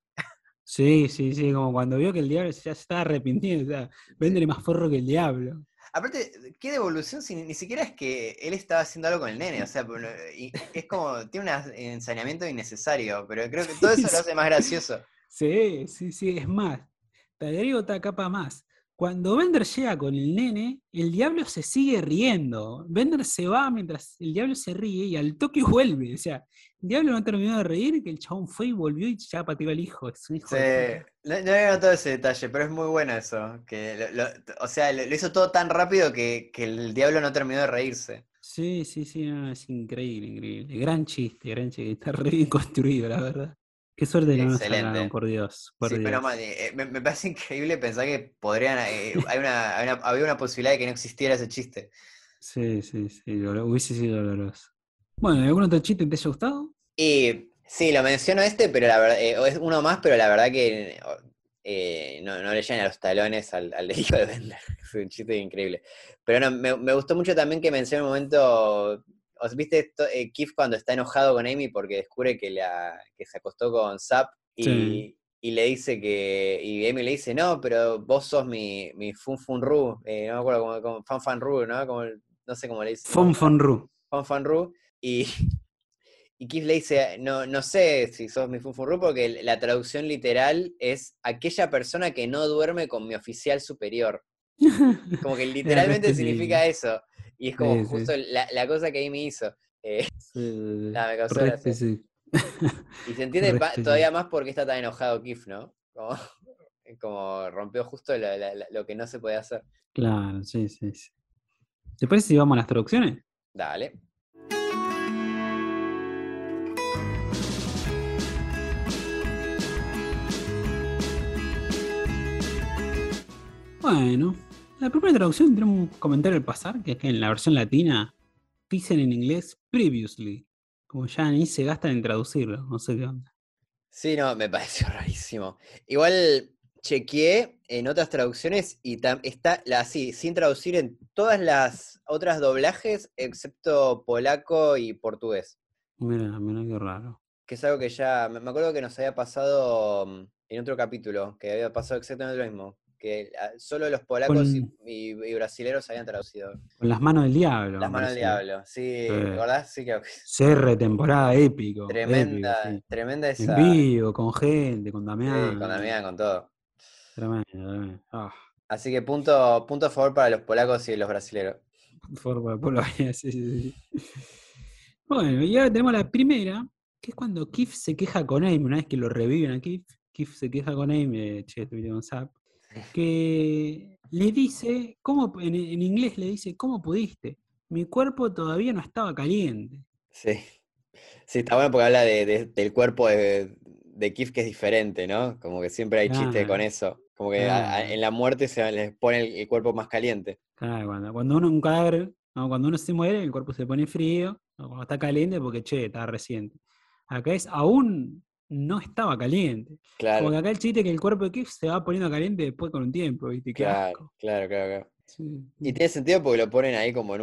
Sí, sí, sí, como cuando vio que el diablo ya se estaba arrepintiendo, o sea, Sí. véndele más forro que el diablo. Aparte, ¿qué devolución si ni siquiera es que él estaba haciendo algo con el nene? O sea, es como, tiene un ensañamiento innecesario, pero creo que todo Sí, eso lo sí. hace más gracioso. Sí, sí, sí, es más, te agrego otra capa más. Cuando Bender llega con el nene, el diablo se sigue riendo. Bender se va mientras el diablo se ríe y al toque vuelve. O sea, el diablo no terminó de reír, que el chabón fue y volvió y ya pateó al hijo. Es un hijo Sí, de puta. no había notado ese detalle, pero es muy bueno eso. O sea, lo hizo todo tan rápido que el diablo no terminó de reírse. Sí, sí, sí, no, es increíble, increíble. Gran chiste, gran chiste. Está re bien construido, la verdad. Qué suerte que no nos sacaron, Excelente. por Dios, por Sí, menos mal. Dios. Me parece increíble pensar que podrían. Había una posibilidad de que no existiera ese chiste. Sí, sí, sí, hubiese sido doloroso. Bueno, ¿algún otro chiste que te haya gustado? Y sí, lo menciono pero la verdad, es uno más, pero la verdad que no le llegan a los talones al del hijo de Bender. Es un chiste increíble. Pero no, me gustó mucho también que mencioné un momento. ¿Viste Kif cuando está enojado con Amy porque descubre que se acostó con Zap Sí. y le dice y Amy le dice, no, pero vos sos mi Fun Fun Ru, no me acuerdo como Fan Fan Ru, ¿no? No sé cómo le dice, no me Fon acuerdo. Fon Ru. Fan Fan Ru. Y, y Keith le dice, no sé si sos mi funfurru, porque la traducción literal es aquella persona que no duerme con mi oficial superior. Como que Era re literalmente específico. significa eso. Y es como Sí, justo sí. la cosa que Amy hizo. Eh, Sí, nada, me causó re gracia. específico. Y se entiende Re todavía específico. más por qué está tan enojado Keith, ¿no? Como rompió justo lo que no se puede hacer. Claro, sí, sí, sí. ¿Te parece si vamos a las traducciones? Dale. Bueno, la primera traducción tiene un comentario al pasar, que es que en la versión latina dicen en inglés previously, como ya ni se gastan en traducirlo, no sé qué onda. Sí, no, me pareció rarísimo. Igual chequeé en otras traducciones y está así, sin traducir en todas las otras doblajes, excepto polaco y portugués. Mira, mira qué raro. Que es algo que ya. Me acuerdo que nos había pasado en otro capítulo, que había pasado exactamente lo mismo. Que solo los polacos Con, y brasileros habían traducido. con las manos del diablo, Las me manos del parece. diablo. Sí, Eh, ¿verdad? Sí, que Cierre de temporada épico, épico, tremenda, sí. tremenda En esa. vivo, con gente, con Sí, con Damián. Damián, con todo. Tremendo, tremendo. Ah, Así que punto a favor para los polacos y los brasileros. forma de Polonia, sí, sí, sí. Bueno, y ahora tenemos la primera, que es cuando Kif se queja con Amy, una vez que lo reviven a Kif, Kif se queja con Amy, che, estuviste con Zap, que le dice, en inglés le dice, ¿cómo pudiste? Mi cuerpo todavía no estaba caliente. Sí. Sí, está bueno porque habla del cuerpo de Kif que es diferente, ¿no? Como que siempre hay chiste con Claro, eso. Como que claro, en la muerte se les pone el cuerpo más caliente. claro. Cuando uno un cadáver, no, cuando uno se muere, el cuerpo se pone frío, o cuando está caliente, porque che, está reciente. Acá es aún no estaba caliente. Como Claro, que acá el chiste es que el cuerpo de Kif se va poniendo caliente después con un tiempo, ¿viste? Qué claro, asco. claro, claro, claro. Sí, Y tiene sentido porque lo ponen ahí como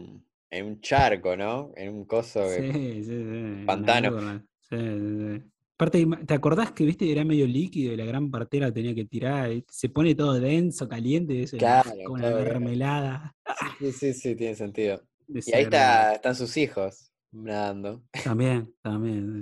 en un charco, ¿no? En un coso, sí, sí, sí, en la pantano. Neverland. Sí, sí, sí. Aparte, ¿te acordás que viste era medio líquido y la gran partera tenía que tirar? ¿Viste? Se pone todo denso, caliente, es el Claro, asco, una todo. mermelada. Sí, sí, sí, sí, tiene sentido. Y ahí Desagradable. están sus hijos nadando. También, también.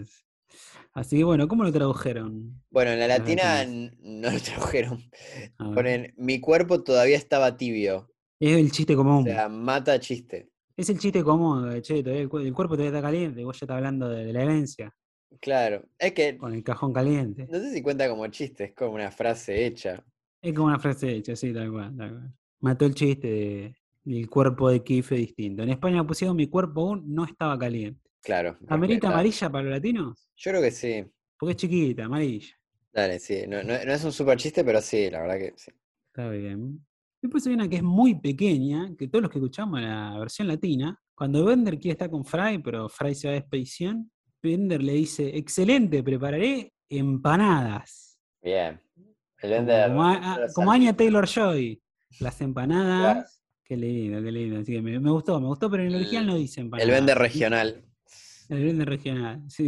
Así que bueno, ¿cómo lo tradujeron Bueno, en la los latina latinos? no lo tradujeron. A ver. Ponen, mi cuerpo todavía estaba tibio. Es el chiste O común. sea, mata chiste. Es el chiste común, de, che, todavía el cuerpo todavía está caliente, vos ya estás hablando de la herencia, Claro. Es que con el cajón caliente. no sé si cuenta como chiste, es como una frase hecha. Es como una frase hecha, sí, tal cual, tal cual. Mató el chiste del cuerpo de Kife distinto. En España pusieron mi cuerpo aún no estaba caliente. Claro, ¿Amerita respeta. amarilla para los latinos? Yo creo que sí. Porque es chiquita, amarilla. Dale, sí. No es un super chiste, pero sí, la verdad que sí. Está bien. Después hay una que es muy pequeña, que todos los que escuchamos la versión latina, cuando Bender quiere estar con Fry, pero Fry se va de expedición, Bender le dice, excelente, prepararé empanadas. Bien. El Como, vende como, como Anya salchicha. Taylor-Joy, las Claro. empanadas. Qué lindo, qué lindo. Así que me gustó, pero en el original no dice El vende empanadas. regional. El Bender regional, sí.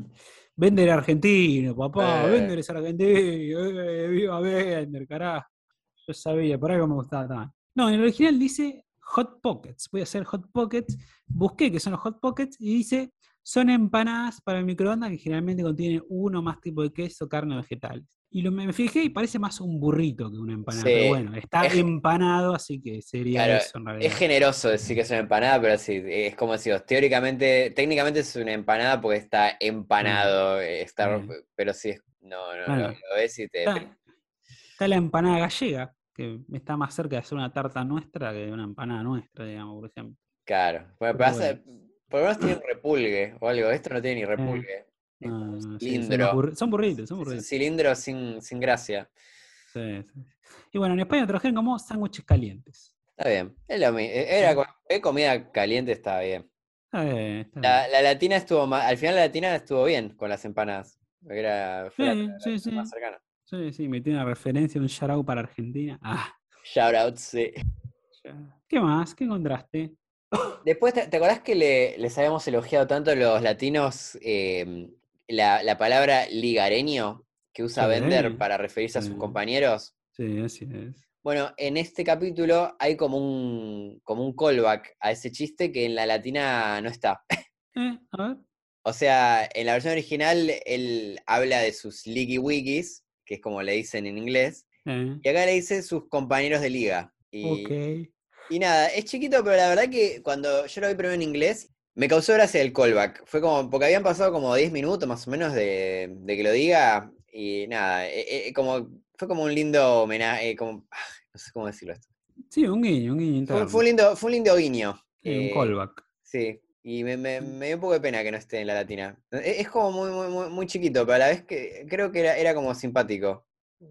Bender argentino, papá, Eh, Bender es argentino, viva Bender, carajo. Yo sabía, por algo me gustaba tanto. No, en el original dice Hot Pockets. Voy a hacer Hot Pockets. Busqué qué son los Hot Pockets y dice: son empanadas para el microondas que generalmente contienen uno o más tipo de queso, carne o vegetales. Y me fijé y parece más un burrito que una empanada. Pero sí. bueno, está Es, empanado, así que sería claro, eso en es realidad. generoso decir que es una empanada, pero sí, es como decimos, teóricamente, técnicamente es una empanada porque está Ah, empanado, bien. pero sí, no, Bueno, lo ves y te deprime. está, está la empanada gallega, que está más cerca de hacer una tarta nuestra que de una empanada nuestra, digamos, por ejemplo. Claro. Bueno, Pero bueno. por lo menos tiene un repulgue o algo. Esto no tiene ni Eh, repulgue. Es como un no, no, sí, cilindro. son burritos, son Es un burritos. cilindro sin gracia. Sí, sí. Y bueno, en España trajeron como sándwiches calientes. Está bien. ¿No? Comida caliente, está bien. Está bien, está bien. La latina estuvo más. Al final la latina estuvo bien con las empanadas. Fue Sí, la sí, versión más sí. cercana. Sí, sí, metí una referencia, un shout out para Argentina. Ah, Shoutouts, sí. ya. ¿Qué más? ¿Qué encontraste? Después, ¿te acordás que les habíamos elogiado tanto a los latinos la palabra ligareño que usa Sí, Bender para referirse a sus sí, compañeros? sí, así es. Bueno, en este capítulo hay como un callback a ese chiste que en la latina no está. A ver. O sea, en la versión original él habla de sus Liggy Wiggies, que es como le dicen en inglés, Eh, y acá le dice sus compañeros de liga. ok. Y nada, es chiquito, pero la verdad que cuando yo lo vi primero en inglés, me causó gracia el callback. Fue como, porque habían pasado como 10 minutos más o menos de que lo diga, y nada, fue como un lindo homenaje, no sé cómo decirlo esto. Sí, un guiño interno. Fue un lindo guiño. Sí, un callback. Sí, y me dio un poco de pena que no esté en la latina. Es como muy chiquito, pero a la vez que creo que era como simpático.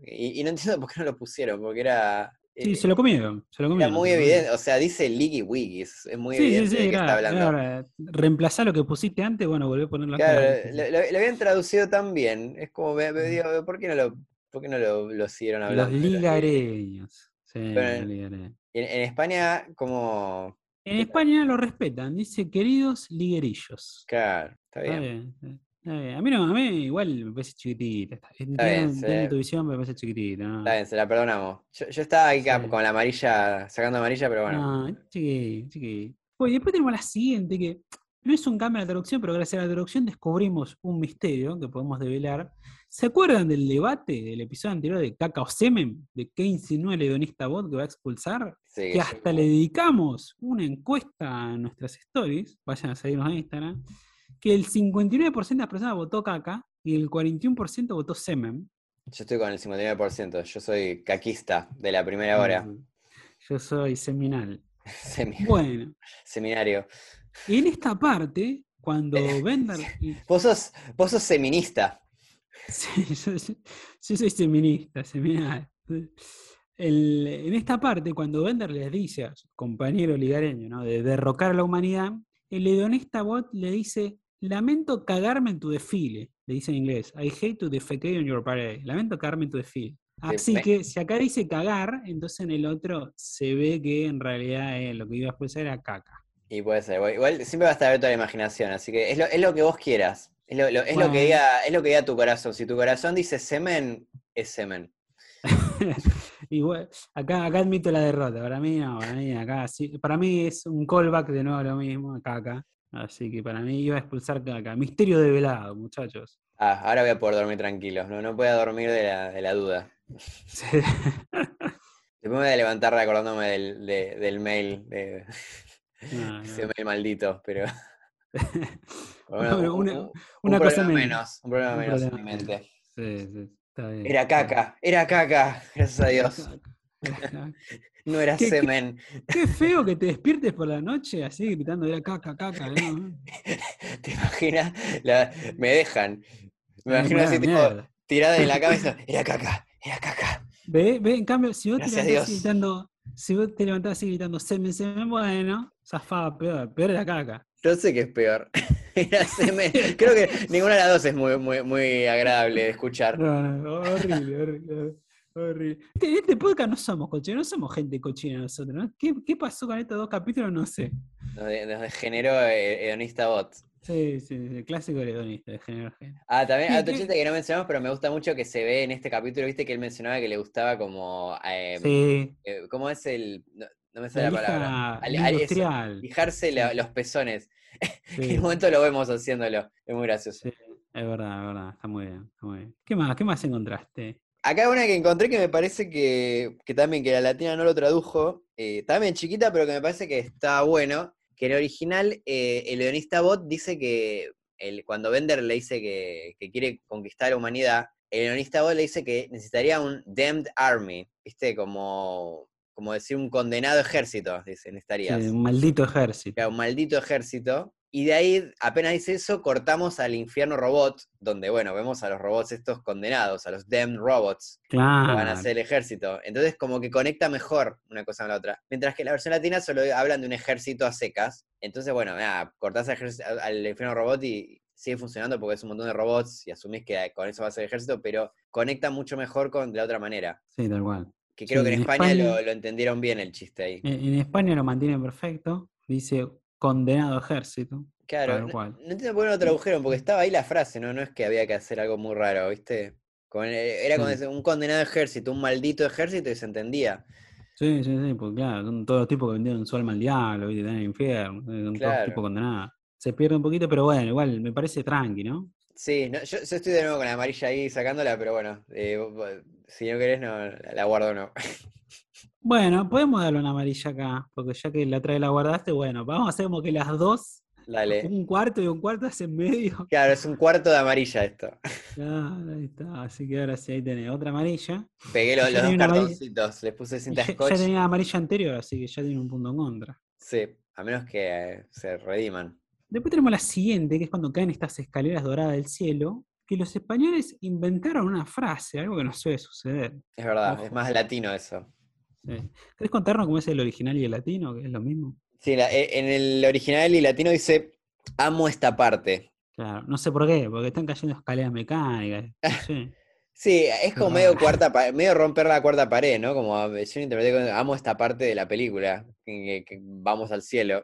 Y no entiendo por qué no lo pusieron, porque Sí, se lo comieron, se lo era comieron, muy se lo comieron. evidente. O sea, dice Liggy Wiggy, es muy Sí, sí, evidente sí, de qué está hablando. reemplazar lo que pusiste antes, bueno, volví a poner las Claro, cosas que pusiste. lo habían traducido tan bien. Es como, digo, ¿por qué no lo siguieron Los hablando de los Liggy? ligareños. Sí, Bueno, los ligareños. en España, como. En España lo respetan, dice queridos liguerillos. Claro, está Está bien. bien, está bien. A mí no, a mí igual me parece chiquitita. Está bien, Entiendo tu visión, pero me parece chiquitita. está No, bien, se la perdonamos. Yo estaba ahí sí. con la amarilla, sacando amarilla, pero bueno. No, chiqui, chiqui. Bueno, y después tenemos la siguiente, que no es un cambio en la traducción, pero gracias a la traducción descubrimos un misterio que podemos develar. ¿Se acuerdan del debate del episodio anterior de Caca o Semen? ¿De qué insinúa el hedonista bot que va a expulsar? Sí, Que hasta le dedicamos una encuesta a nuestras stories, vayan a seguirnos en Instagram, que el 59% de las personas votó caca y el 41% votó semen. yo estoy con el 59%. Yo soy caquista de la primera hora. Yo soy seminal. Semi- Bueno, Seminario. en esta parte, cuando Bender... Vos sos seminista. Sí, yo soy seminista, seminal. En esta parte, cuando Bender les dice a su compañero ligareño, ¿no?, de derrocar a la humanidad, el hedonista bot le dice, lamento cagarme en tu desfile, le dice en inglés. I hate to defecate on your parade. Lamento cagarme en tu desfile. Sí, Así que si acá dice cagar, entonces en el otro se ve que en realidad lo que iba a expresar era caca. y puede ser. Igual siempre va a estar abierto a la imaginación, así que es lo que vos quieras. Es lo que Bueno, es lo que diga tu corazón. Si tu corazón dice semen, es semen. igual, acá admito la derrota. Para mí no, para mí acá sí, para mí es un callback de nuevo a lo mismo, caca. Así que para mí iba a expulsar caca. Misterio develado, muchachos. Ah, ahora voy a poder dormir tranquilo. No, no voy a dormir de la duda. Sí. Después me voy a levantar acordándome del mail, No, ese no. mail maldito, pero bueno, Bueno, una cosa menos. un problema Un menos en problema mi menos. mente. Sí, sí, está bien. Era caca, gracias a Era Dios. caca, era caca. No era Qué, qué, semen. qué feo que te despiertes por la noche así gritando, era caca, caca, ¿no? ¿Te imaginas? Me dejan. Me imagino así, tipo, Mierda. tirada en la cabeza. Era caca. Ve, en cambio, si vos te Gracias a levantás así Dios. gritando, si vos te levantás así gritando, semen, bueno, zafaba, peor era caca. No sé qué es peor. Era semen. Creo que ninguna de las dos es muy agradable de escuchar. No, no, horrible, horrible, horrible. En este podcast no somos cochinos, no somos gente cochina nosotros, ¿no? ¿Qué pasó con estos dos capítulos? No sé. Nos degeneró Hedonista Bot. Sí, sí, el clásico hedonista de género gen. Ah, también, ¿Qué, otro chiste qué? que no mencionamos, pero me gusta mucho que se ve en este capítulo, viste que él mencionaba que le gustaba como, Sí, ¿cómo es el, no, no me la sale la palabra, lija eso, industrial. lijarse Sí, los pezones. En un sí, momento lo vemos haciéndolo, es muy gracioso. sí, es verdad, está muy bien, está muy bien. ¿Qué más encontraste? Acá hay una que encontré que me parece que también, que la latina no lo tradujo, también chiquita, pero que me parece que está bueno, que en el original el guionista Bot dice que cuando Bender le dice que quiere conquistar a la humanidad, el guionista Bot le dice que necesitaría un damned army, ¿viste? Como decir un condenado ejército, dice, Sí, necesitarías. un maldito ejército. Era un maldito ejército. Y de ahí, apenas dice eso, cortamos al infierno robot, donde, bueno, vemos a los robots estos condenados, a los damned robots, que van a Claro. ser el ejército. Entonces, como que conecta mejor una cosa con la otra. Mientras que en la versión latina solo hablan de un ejército a secas. Entonces, bueno, nada, cortás al infierno robot y sigue funcionando porque es un montón de robots y asumís que con eso va a ser el ejército, pero conecta mucho mejor con de la otra manera. Sí, tal cual. Que creo que Sí, en en España España, lo entendieron bien el chiste ahí. en España lo mantienen perfecto. Dice condenado ejército, Claro, tal no, cual. no entiendo por qué no lo Y- tradujeron, porque estaba ahí la frase, ¿no? No es que había que hacer algo muy raro, ¿viste? Era como sí, un condenado ejército, un maldito ejército y se entendía. sí, pues claro, son todos los tipos que vendieron su alma al diablo, ¿viste? Están en el infierno, son todos Claro. tipos condenados. Se pierde un poquito, pero bueno, igual me parece tranqui, ¿no? Sí, yo estoy de nuevo con la amarilla ahí sacándola, pero bueno, si no querés, no, la guardo no. Bueno, podemos darle una amarilla acá, porque ya que la otra vez la guardaste, bueno, vamos a hacer como que las dos, Dale. un cuarto y un cuarto hacen medio. Claro, es un cuarto de amarilla esto. Claro, ahí está. Así que ahora sí, ahí tenés otra amarilla. Pegué Y los ya dos tenía una amarilla, cartoncitos, les puse y cinta ya scotch. tenía la amarilla anterior, así que ya tiene un punto en contra. Sí, a menos que se rediman. Después tenemos la siguiente, que es cuando caen estas escaleras doradas del cielo, que los españoles inventaron una frase, algo que no suele suceder. Es verdad, es Ojo. más latino eso. Sí. ¿Querés contarnos cómo es el original y el latino, que es lo mismo? Sí, en el original y latino dice, amo esta parte. Claro, no sé por qué, porque están cayendo escaleras mecánicas, no sé, Sí, es es como medio raro. medio romper la cuarta pared, ¿no? Como yo lo interpreté como, amo esta parte de la película, que vamos al cielo.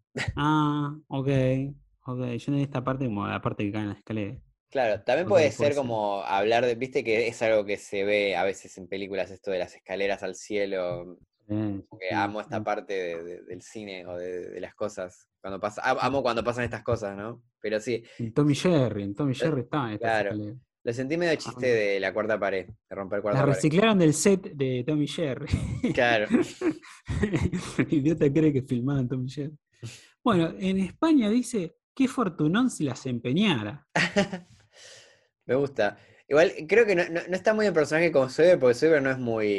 Ah, ok, ok, yo entendí esta parte como la parte que cae en la escalera. Claro, también Ok, puede puede ser ser. como hablar de, viste que es algo que se ve a veces en películas, esto de las escaleras al cielo, Sí, que sí, amo esta sí. parte del cine o de las cosas, cuando pasa, Sí. amo cuando pasan estas cosas, ¿no? Pero sí, En Tommy lo- Jerry está en estas claro, escaleras. lo sentí medio Ah, chiste mira. de la cuarta pared, de romper La cuarta pared. reciclaron del set de Tommy Jerry. Claro. Idiota cree que filmaban Tommy Jerry. Bueno, en España dice, qué fortunón si las empeñara. Me gusta. Igual creo que no está muy en personaje como Sober, porque Sober no es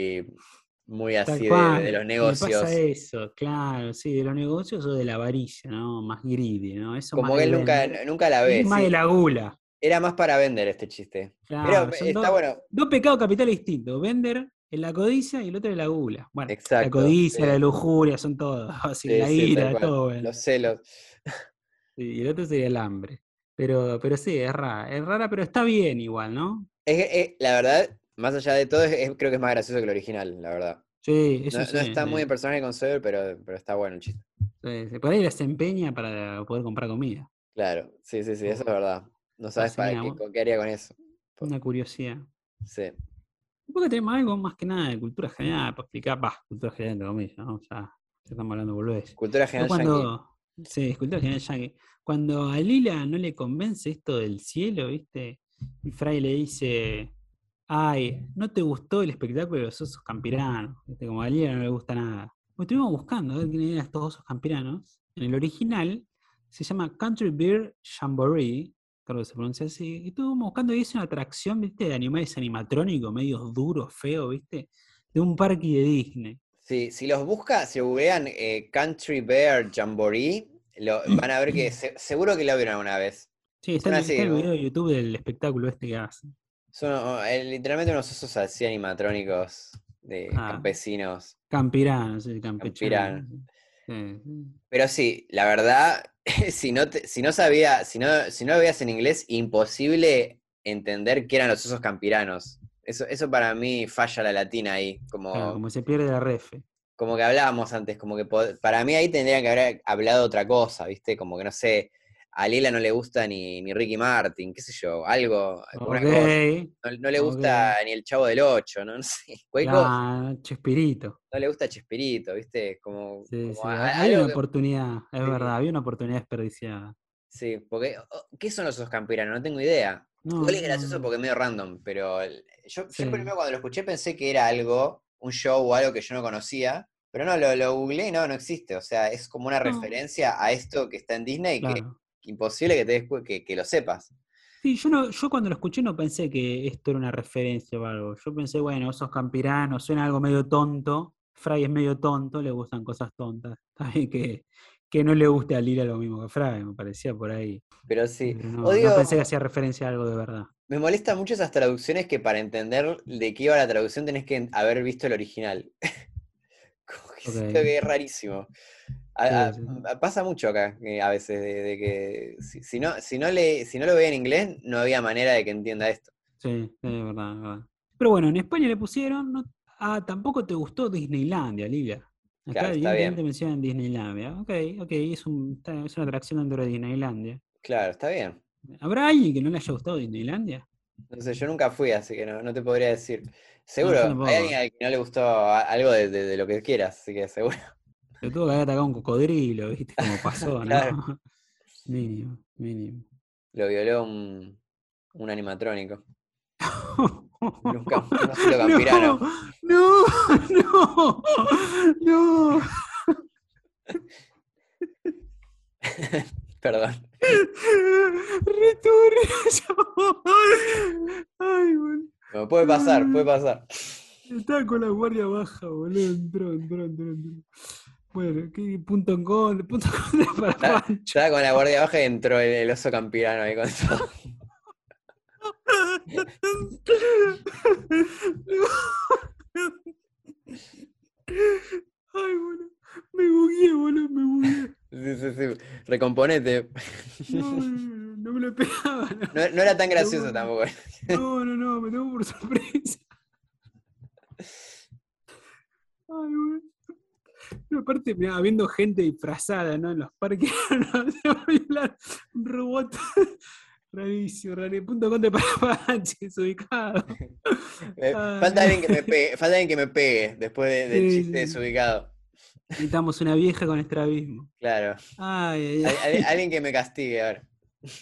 muy Tal así de cual, los le pasa negocios. eso, claro, sí, de los negocios o de la avaricia, ¿no? Más greedy, ¿no? Eso más Como que de él vender. nunca la Él ve, es más de sí. la gula. Era más para vender este chiste. Pero Claro, son está dos, bueno. dos pecados capitales distintos. Vender en la codicia y el otro en la gula. Bueno, la Exacto, codicia, la sí, lujuria, son todos. Así, sí, la sí, tal ira, cual. todo Los bueno. celos. Y el otro sería el hambre. Pero sí, es rara, pero está bien igual, ¿no? La verdad, más allá de todo, creo que es más gracioso que el original, la verdad. Sí, No, eso no sí, está muy en sí. personaje con Sawyer, pero está bueno el chiste. Sí, sí. Por ahí se empeña para poder comprar comida. Claro, sí, sí, sí, eso es O verdad. No la sabes para señora, qué, con qué haría con eso. una curiosidad. Sí. Porque tenemos algo más que nada de cultura general para explicar, cultura general entre comillas, ¿no? Ya estamos hablando de boludez. Cultura Yo general yankee. cuando, sí, cultura general yankee, cuando a Lila no le convence esto del cielo, ¿viste? Y Fry le dice, ay, ¿no te gustó el espectáculo de los osos campiranos? ¿Viste? Como a Lila no le gusta nada. Pues estuvimos buscando a ver quién eran estos osos campiranos. En el original se llama Country Bear Jamboree, creo que se pronuncia así. Y estuvimos buscando y es una atracción, ¿viste? De animales animatrónicos, medios duros, feos, ¿viste? De un parque de Disney. Sí, si los busca, si googlean Country Bear Jamboree, van a ver que seguro que lo vieron alguna vez. Sí, Son está así, el video ¿no? de YouTube del espectáculo este que hacen. Son literalmente unos osos así animatrónicos de Ah, campesinos, campiranos, sí, campechanos. campirán. Sí, sí. Pero sí, la verdad, si no sabía, si no lo veías en inglés, imposible entender qué eran los osos campiranos. Eso para mí falla la latina ahí, Claro, como se pierde la refe. como que hablábamos antes, como que para mí ahí tendrían que haber hablado otra cosa, ¿viste? Como que no sé, a Lila no le gusta ni Ricky Martin, qué sé yo, algo, Ok, alguna cosa. No le gusta ok. ni el Chavo del Ocho, no, no sé, cualquier cosa. Claro, Chespirito. No le gusta Chespirito, ¿viste? Sí, Como sí, hay algo una que. oportunidad, es Sí, verdad, había una oportunidad desperdiciada. sí, porque. ¿Qué son los osos campiranos? No tengo idea. No, Igual es no, gracioso no. porque es medio random, pero yo Sí. primero cuando lo escuché pensé que era algo, un show o algo que yo no conocía, pero no, lo googleé y no, no existe. O sea, es como una No, referencia a esto que está en Disney que claro. imposible que que lo sepas. Sí, yo cuando lo escuché no pensé que esto era una referencia o algo. Yo pensé, bueno, esos campiranos, suena algo medio tonto. Fry es medio tonto, le gustan cosas tontas. Está bien que no le guste a Lila lo mismo que a Fry, me parecía por ahí. Pero sí. Pero no pensé que Odio, hacía referencia a algo de verdad. me molesta mucho esas traducciones que para entender de qué iba la traducción tenés que haber visto el original. Como que Ok, siento que es rarísimo. sí, sí, sí. Pasa mucho acá, a veces, de que si no lo veía en inglés, no había manera de que entienda esto. Sí, sí, es verdad, es verdad. Pero bueno, en España le pusieron, tampoco te gustó Disneylandia, Lila. Claro, Acá está evidentemente bien. mencionan Disneylandia. Ok, ok, es una atracción dentro de Disneylandia. Claro, está bien. ¿Habrá alguien que no le haya gustado Disneylandia? No sé, yo nunca fui, así que no te podría decir. No, yo Seguro, hay alguien tampoco. al que no le gustó algo de lo que quieras, así que seguro. Le tuvo que haber atacado un cocodrilo, ¿viste? Como pasó, ¿no? Claro, Mínimo, mínimo. lo violó un animatrónico. Un osito No, campirano. no, no, no. Perdón. Returbio. Ay, boludo. Bueno, puede pasar, puede pasar. Estaba con la guardia baja, boludo. Entró. Bueno, ¿qué punto en contra? Punto en contra para Pancho. Estaba con la guardia baja y entró el oso campirano ahí con todo. Ay, boludo. Me bugueé. Sí, sí, sí. Recomponete. No me lo esperaba, no. No era tan Me tomó gracioso tampoco. no, me tomó por sorpresa. Ay, boludo. No, aparte, mirá, habiendo gente disfrazada, ¿no? En los parques, no, se va a violar un robot. Rarísimo, rarísimo. Punto contra para Panchi, desubicado. Falta Ay, alguien que me pegue, falta alguien que me pegue después del sí, chiste sí. desubicado. Necesitamos una vieja con estrabismo. Claro. Ay. Alguien que me castigue, a ver.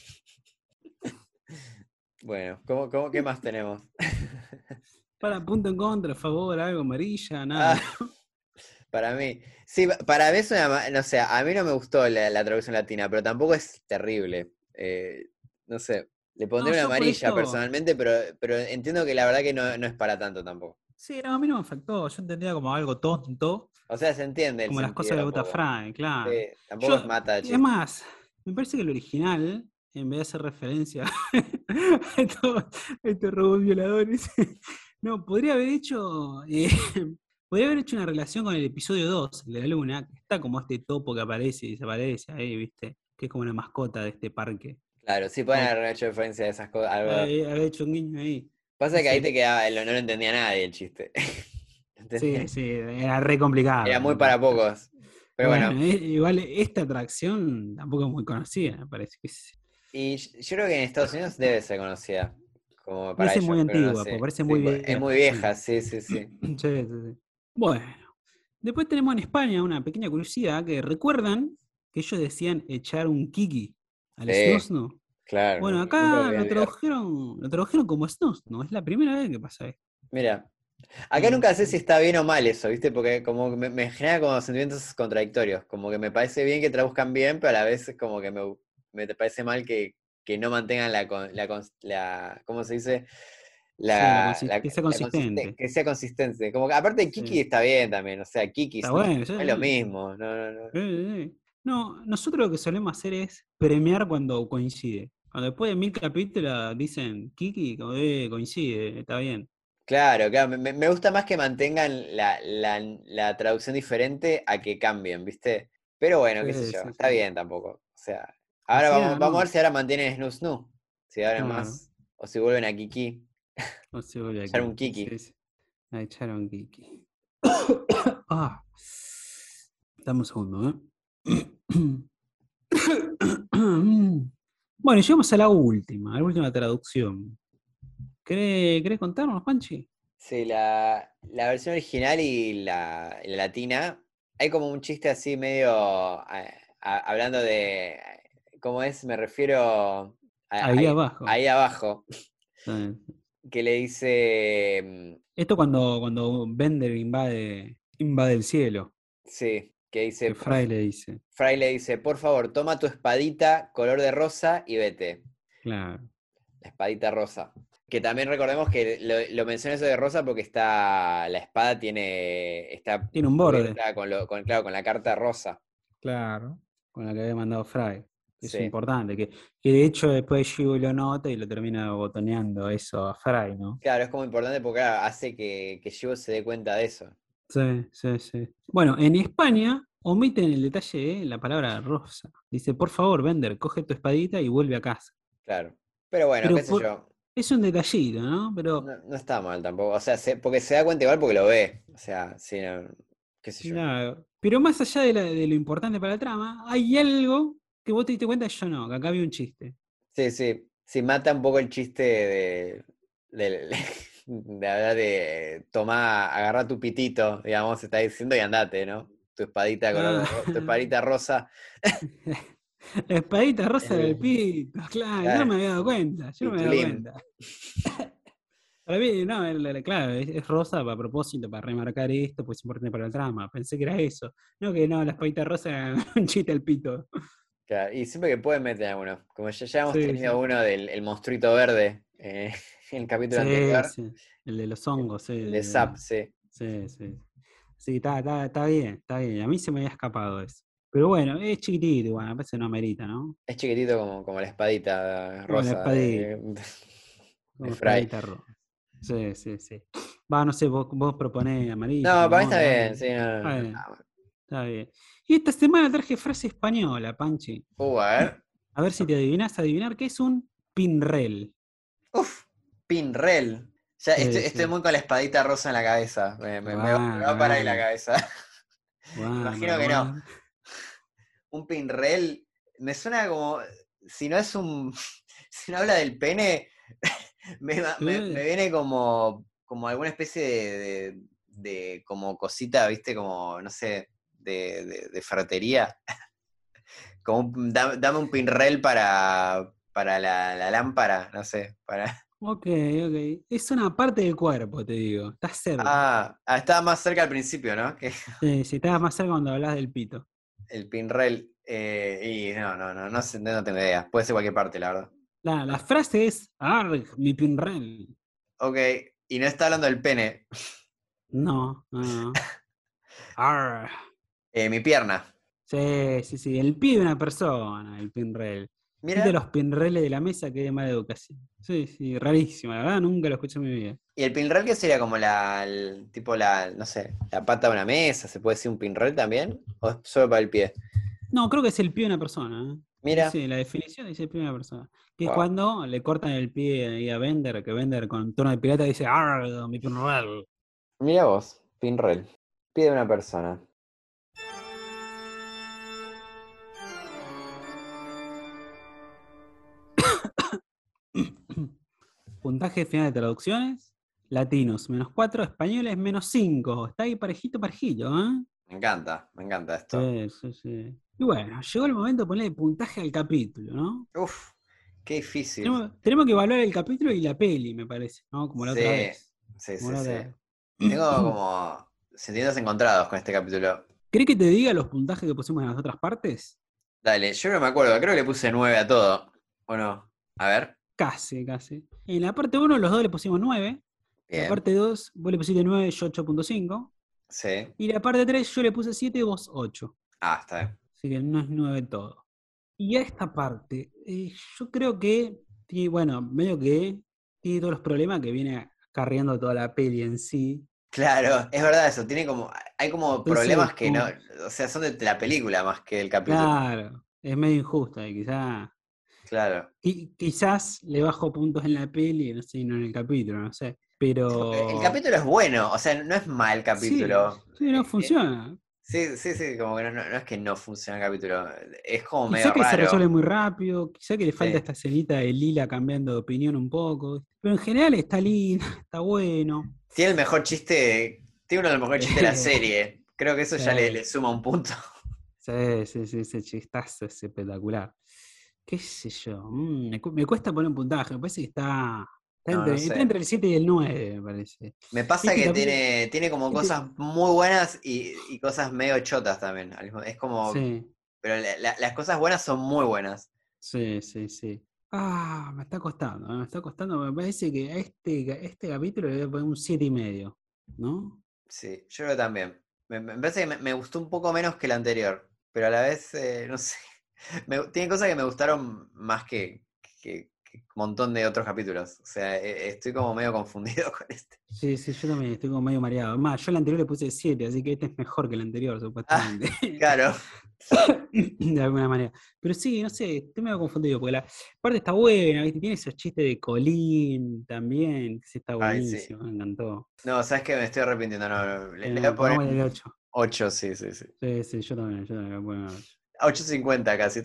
Bueno, qué más tenemos? Para punto en contra, a favor, algo amarilla, nada. Ah, para mí. Sí, para mí es no sé, a mí no me gustó la traducción latina, pero tampoco es terrible. No sé, le No, pondré una yo por amarilla esto. personalmente, pero entiendo que la verdad que no es para tanto tampoco. Sí, no, a mí no me afectó. Yo entendía como algo tonto, O sea, se entiende el como las sentido cosas de Buta tampoco. Frank, claro. Tampoco es Yo, mata de es chiste. más, me parece que el original, en vez de hacer referencia a estos robots violadores, no, podría haber hecho una relación con el episodio 2 el de la Luna, que está como este topo que aparece y desaparece ahí, ¿viste? Que es como una mascota de este parque. Claro, sí pueden O haber hecho referencia a esas cosas. haber hecho un guiño ahí. Pasa No que ahí sé. te quedaba, no lo entendía nadie el chiste. Sí, ¿Entendés? sí, era re Era complicado. muy para pocos. Pero Bueno, bueno, igual esta atracción tampoco es muy conocida, me parece que y yo creo que en Estados Unidos debe ser conocida como debe para ser ellos, muy pero no antigua, porque sé. parece Sí, muy es muy vieja, sí. vieja, sí, sí, sí. Sí, sí, sí. Bueno, después tenemos en España una pequeña curiosidad que recuerdan que ellos decían echar un kiki al Sí, snusno. claro, Bueno, nunca lo acá voy a olvidar. lo tradujeron como snusno, es la primera vez que pasa esto. Mira, acá Sí, nunca sé si sí. está bien o mal eso, ¿viste? Porque como que me genera como sentimientos contradictorios. Como que me parece bien que traduzcan bien, pero a la vez es como que me parece mal que no mantengan ¿cómo se dice? Sí, que sea consistente. Que sea consistente. Como que aparte Kiki Sí. está bien también, o sea, Kiki, Está no, bueno, no es lo mismo. No, no, no. No, nosotros lo que solemos hacer es premiar cuando coincide. Cuando después de 1000 capítulos dicen Kiki, como coincide, está bien. Claro, claro, me gusta más que mantengan la traducción diferente a que cambien, ¿viste? Pero bueno, qué sé Sí, yo, sí, está sí. bien tampoco. O sea, ahora Así era, vamos a ver ¿no? si ahora mantienen Snoo Snoo. Si ahora Claro. más, o si vuelven a Kiki. No se vuelve Echar un aquí. Kiki. Sí, sí. A echaron Kiki. Ah. Dame un segundo, ¿eh? Bueno, llegamos a la última traducción. ¿Querés contarnos, Panchi? Sí, la versión original y la latina, hay como un chiste así medio hablando de, ¿cómo es? Me refiero Ahí abajo. ahí abajo, Eh, que le dice, Esto cuando Bender invade el cielo, sí, que dice, que Fry le dice. Fry le dice, por favor, toma tu espadita color de rosa y vete. Claro. La espadita rosa. Que también recordemos que lo menciono eso de rosa porque la espada está Tiene un borde. cubierta claro, con la carta rosa. Claro. Con la que había mandado Fry. Eso es Sí. importante. Que de hecho después Shivo lo nota y lo termina botoneando eso a Fry, ¿no? Claro, es como importante porque claro, hace que Shivo se dé cuenta de eso. Sí, sí, sí. Bueno, en España omiten el detalle de la palabra rosa. Dice, por favor, Bender, coge tu espadita y vuelve a casa. Claro. Pero bueno, qué Pero sé yo. es un detallito, ¿no? Pero, No, no está mal tampoco. O sea, porque se da cuenta igual porque lo ve. O sea, sí, qué sé yo. claro, pero más allá de lo importante para la trama, hay algo que vos te diste cuenta y yo no, que acá había un chiste. Sí, sí. Sí, mata un poco el chiste de, de hablar de tomá, agarra tu pitito, digamos, se está diciendo y andate, ¿no? Ah, Tu espadita rosa. la espadita rosa del El, pito, claro, yo no ah, me había dado cuenta, yo no me había dado pitulín. cuenta. Para mí, no, claro, es rosa a propósito, para remarcar esto, pues es importante para la trama. Pensé que era eso. No, que no, la espadita rosa es un chiste al pito. Claro, y siempre que pueden meten a uno. Como ya hemos Sí, tenido sí. uno del el monstruito verde en el capítulo Sí, anterior, sí. El de los hongos, sí. el de Zap, sí. Sí, sí. Sí, está bien, está bien. A mí se me había escapado eso. Pero bueno, es chiquitito, bueno, a veces no amerita, ¿no? Es chiquitito como la espadita Como la rosa espadita, de como Fry. espadita roja. Sí, sí, sí. Va, no sé, vos proponés amarilla, No, para mí está ponemos, dale. bien, sí, no, Está no bien, está mal. está bien. Y esta semana traje frase española, Panchi. A ver. A ver si te adivinar qué es un pinrel. Uf, Pinrel. Ya Sí, estoy sí. muy con la espadita rosa en la cabeza. Me va a Bueno, parar ahí la bueno, cabeza. Imagino bueno, que no. bueno. Un Pinrel me suena como. Si no es un. Si no habla del pene, me viene como alguna especie de como cosita, ¿viste? Como, no sé, de ferretería. Como dame un Pinrel para la lámpara, no sé. Ok, ok. Es una parte del cuerpo, te digo. Estás cerca. Estaba más cerca al principio, ¿no? Que Sí, sí, estabas más cerca cuando hablas del pito. el Pinrel. Y no sé, no tengo idea. Puede ser cualquier parte, la verdad. La frase es, arg, mi pinrel. Ok, y no está hablando del pene. No, no, no. Arr. Mi pierna. Sí, sí, sí. El pie de una persona, el pinrel. ¿Viste Mira. los pinreles de la mesa? Que de mala educación. Sí, sí, rarísimo. La verdad, nunca lo escuché en mi vida. ¿Y el pinrel qué sería como tipo no sé, la pata de una mesa? ¿Se puede decir un pinrel también? ¿O es solo para el pie? No, creo que es el pie de una persona. ¿Eh? Mira, Dice, la definición dice primera persona. Que es wow. cuando le cortan el pie ahí a Bender, que Bender con tono de pirata dice, ¡Arr, mi pinral! Mira vos, Pinrel. Pide una persona. Puntaje final de traducciones. Latinos, -4, españoles, -5. Está ahí parejito, parejillo, ¿eh? Me encanta esto. Sí, sí, sí. Y bueno, llegó el momento de ponerle puntaje al capítulo, ¿no? Uf, qué difícil. Tenemos que evaluar el capítulo y la peli, me parece, ¿no? Como la otra Sí, vez. sí, Como sí, la sí. otra vez. Tengo como sentimientos encontrados con este capítulo. ¿Querés que te diga los puntajes que pusimos en las otras partes? Dale, yo no me acuerdo, creo que le puse 9 a todo. ¿O no? A ver, Casi, casi. En la parte uno los dos le pusimos 9. La bien. parte 2 vos le pusiste 9, yo 8.5. Sí. Y la parte 3 yo le puse 7 y vos 8. Ah, está bien. Así que no es 9 todo. Y a esta parte, yo creo que, bueno, medio que tiene todos los problemas que viene acarreando toda la peli en sí. Claro, es verdad eso, hay como problemas Entonces, que no, como, o sea, son de la película más que del capítulo. claro, es medio injusta. Y Claro. quizás le bajo puntos en la peli, no sé, no en el capítulo, no sé. Sí, porque el Pero capítulo es bueno, o sea, no es mal sí, capítulo. sí, no funciona. Sí, sí, sí, como que no es que no funciona el capítulo, es como Quizá medio que se raro. resuelve muy rápido, quizá que le falta Sí. esta escenita de Lila cambiando de opinión un poco, pero en general está lindo, está bueno. Tiene el mejor chiste, tiene uno de los mejores chistes de la serie. Creo que eso ya le Sí, suma un punto. sí, sí, sí, ese chistazo es espectacular. ¿Qué sé yo? Me cuesta poner un puntaje, me parece que No, no está sé. entre el 7 y el 9, me parece. Me pasa Este que capítulo, tiene como este, cosas muy buenas y cosas medio chotas también. Es como, sí, pero las cosas buenas son muy buenas. sí, sí, sí. Ah, me está costando, me parece que a este capítulo le voy a poner un 7,5, ¿no? Sí, yo creo también. Me parece que me gustó un poco menos que el anterior, pero a la vez, no sé. Tiene cosas que me gustaron más que un montón de otros capítulos. O sea, estoy como medio confundido con este. Sí, sí, yo también estoy como medio mareado. Más, yo el anterior le puse 7, así que este es mejor que el anterior, Ah, supuestamente. claro. De alguna manera. Pero sí, no sé, estoy medio confundido, porque la parte está buena, ¿viste? Tiene esos chistes de Colín también, que sí está Ay, sí. buenísimo, me encantó. No, ¿sabes qué? Me estoy arrepintiendo. No, no, le voy a poner Pongámosle el un 8. 8, sí, sí, sí. Sí, sí, yo también le voy a poner 8. 8,50 casi.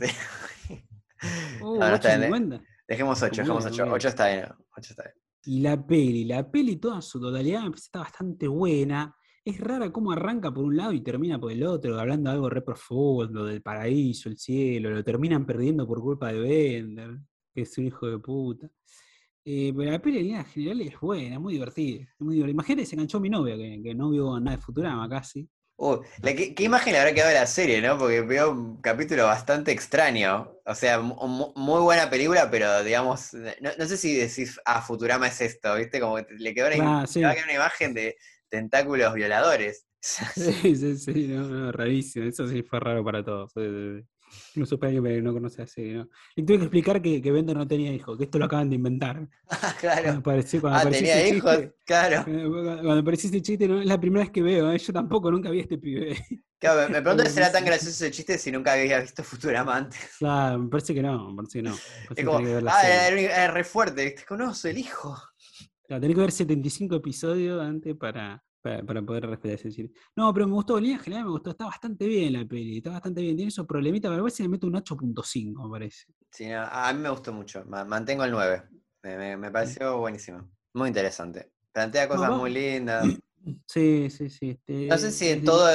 No, no está bien. 8,50. Dejemos 8, Muy dejemos bien, 8. muy 8 bien. está bien. 8 está bien. Y la peli toda en su totalidad me parece que está bastante buena. Es rara cómo arranca por un lado y termina por el otro, hablando de algo re profundo, del paraíso, el cielo, lo terminan perdiendo por culpa de Bender, que es un hijo de puta. Pero la peli en líneas generales es buena, muy divertida. Muy divertida. Imagínate, se enganchó mi novia, que no vio nada de Futurama casi. ¿Qué imagen le habrá quedado de la serie, no? Porque veo un capítulo bastante extraño. O sea, muy buena película, pero digamos, no sé si decís, ah, Futurama es esto, ¿viste? Como que Claro, te va a sí. quedar una imagen de tentáculos violadores. Sí, sí, sí, no, no, rarísimo. Eso sí fue raro para todos. Sí, sí, sí. No supe a alguien que no conoce así, ¿no? Y tuve que explicar que Bender no tenía hijos, que esto lo acaban de inventar. Ah, claro. Cuando Ah, apareció tenía ese hijos, chiste, claro. cuando apareció ese chiste, no es la primera vez que veo, ¿eh? Yo tampoco, nunca vi a este pibe. Claro, me Está pregunto si será tan buenísimo. gracioso ese chiste si nunca había visto Futurama antes. Claro, me parece que no, me parece que no. Me Es parece que como, tenés que ver la ah, serie. era re fuerte, ¿viste? Conoce el hijo. Claro, tenés que ver 75 episodios antes para poder respetar ese chiste. No, pero me gustó, en línea general me gustó, está bastante bien la peli, está bastante bien. Tiene esos problemitas, pero a veces le meto un 8,5, me parece. Sí, no, a mí me gustó mucho. Mantengo el 9. Me Sí. pareció buenísimo. Muy interesante. Plantea Bueno, cosas muy lindas. sí, sí, sí. No sé si en todo,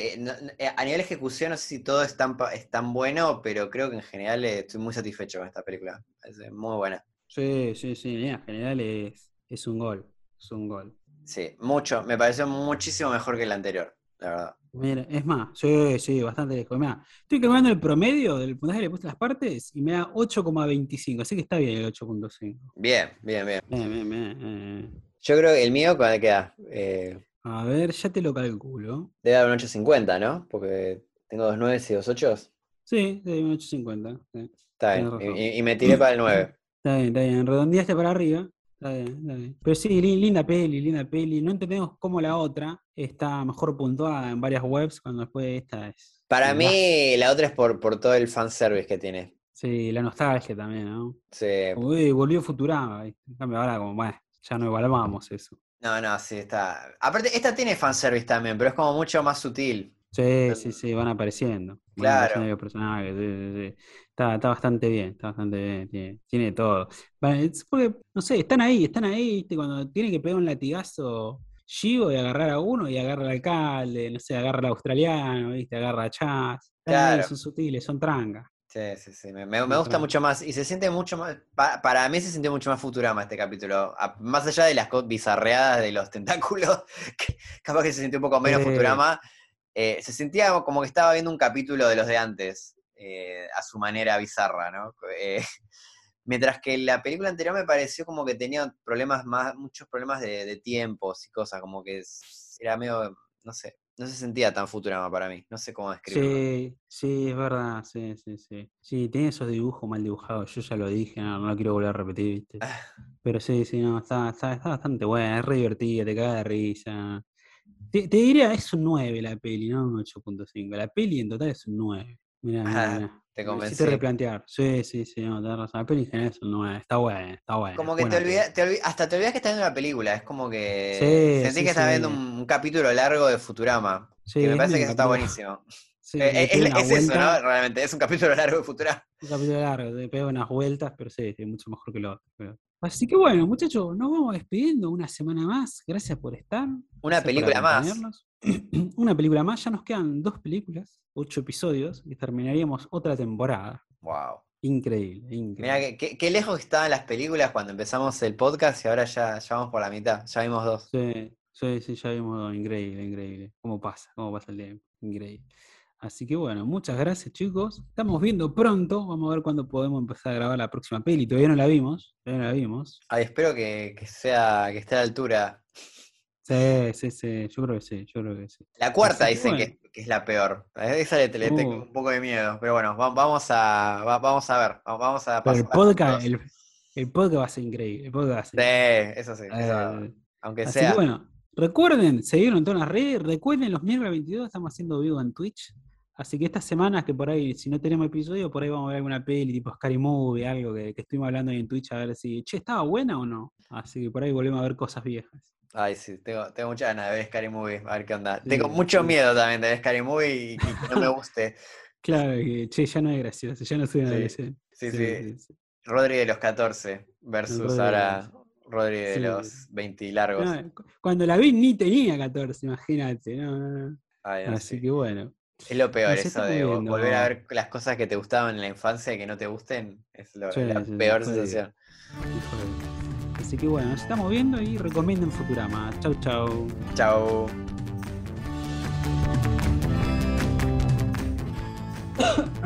a nivel ejecución, no sé si todo es tan bueno, pero creo que en general estoy muy satisfecho con esta película. Es muy buena. Sí, sí, sí, en general es un gol, es un gol. Sí, mucho. Me pareció muchísimo mejor que el anterior, la verdad. Mira, es más, sí, sí, bastante lejos. Mirá, estoy calculando el promedio del puntaje que le puse a las partes y me da 8,25, así que está bien el 8,5. Bien, bien, bien. Bien, bien, bien. Yo creo que el mío, ¿cuál queda? A ver, ya te lo calculo. Debe dar un 8,50, ¿no? Porque tengo dos 9 y dos 8. Sí, sí, un 8,50. Sí, Está tienes bien. razón. Y me tiré para el 9. Está bien. Redondeaste para arriba. Está bien, está bien. Pero sí, linda peli, linda peli. No entendemos cómo la otra está mejor puntuada en varias webs cuando después esta es Para un gas. mí, la otra es por todo el fanservice que tiene. Sí, la nostalgia también, ¿no? Sí. Como, volvió Futurama, ¿viste? En cambio ahora como, bueno, ya no evaluamos eso. No, sí, está. Aparte, esta tiene fanservice también, pero es como mucho más sutil. Sí, van apareciendo. Van apareciendo Claro, los personajes. Sí. Está bastante bien, está bastante bien. Tiene de todo. Vale, es porque, no sé, están ahí, ¿viste? Cuando tiene que pegar un latigazo Gigo y agarrar a uno y agarra al alcalde, no sé, agarra al australiano, ¿viste? Agarra a Chas. Están ahí, claro. son sutiles, son trangas. Sí. Me Son gusta mucho trangas. más. Y se siente mucho más. Para mí se sintió mucho más Futurama este capítulo. Más allá de las bizarreadas de los tentáculos, que capaz que se sintió un poco menos Sí, Futurama. Se sentía como que estaba viendo un capítulo de los de antes. A su manera bizarra, ¿no? Mientras que la película anterior me pareció como que tenía muchos problemas de tiempos y cosas, como que era medio, no sé, no se sentía tan Futurama para mí, no sé cómo describirlo. sí, es verdad, sí. Sí, tiene esos dibujos mal dibujados, yo ya lo dije, no lo quiero volver a repetir, ¿viste? Pero sí, no, está bastante buena, es re divertida, te caga de risa. Te diría, es un 9 la peli, no un 8.5. La peli en total es un 9. Mirá. Te Me hiciste convencí. replantear. Sí, no, tenés razón. La peli en general es un 9. Está buena, es Como que buena peli. hasta te olvidas que estás viendo una película, es como que Sí, sentí sí, que estás viendo sí. un capítulo largo de Futurama, que Sí, me es parece medio que un eso está capítulo. buenísimo. Sí, le pega una Es eso, ¿no? vuelta. Realmente, es un capítulo largo de Futurama. Un capítulo largo, le pega unas vueltas, pero sí, mucho mejor que lo otro. Así que bueno, muchachos, nos vamos despidiendo una semana más. Gracias por estar, Una gracias por película más. acompañarnos. Una película más, ya nos quedan 2 películas, 8 episodios y terminaríamos otra temporada. Wow. Increíble, Mirá, increíble. qué lejos estaban las películas cuando empezamos el podcast y ahora ya vamos por la mitad, ya vimos dos. Sí, ya vimos, increíble. Cómo pasa el tiempo, increíble. Así que bueno, muchas gracias chicos. Estamos viendo pronto, vamos a ver cuándo podemos empezar a grabar la próxima peli. Todavía no la vimos, Ay, espero que sea, que esté a la altura. Yo creo que sí, yo creo que sí. La cuarta Así que dicen bueno, que es la peor. A esa le tengo uh, un poco de miedo, pero bueno, vamos a ver, vamos a pero pasarla juntos. el podcast va a ser increíble, el podcast va a ser Sí, increíble. eso sí, Eh, aunque Así que sea. bueno, recuerden seguirnos en todas las redes, recuerden los miércoles 22 estamos haciendo vivo en Twitch, así que estas semanas que por ahí, si no tenemos episodio, por ahí vamos a ver alguna peli tipo Scary Movie, algo que estuvimos hablando ahí en Twitch, a ver si, che, ¿estaba buena o no? Así que por ahí volvemos a ver cosas viejas. Ay, sí, tengo muchas ganas de ver Scary Movie, a ver qué onda. Tengo mucho Sí. miedo también de ver Scary Movie y que no me guste. Claro, que che, ya no es gracioso, ya no soy un Sí, adolescente. sí. Sí. Rodri de los 14 El versus Rodri, ahora Rodri de sí. los 20 largos. No, cuando la vi ni tenía 14, imagínate. No. Ay, no Así sé. que bueno, Es lo peor nos eso estamos de volver a viendo. ver las cosas que te gustaban en la infancia y que no te gusten. Es la Sí, peor jodido. sensación. Así que bueno, nos estamos viendo y recomienden Futurama. Chau. Chao.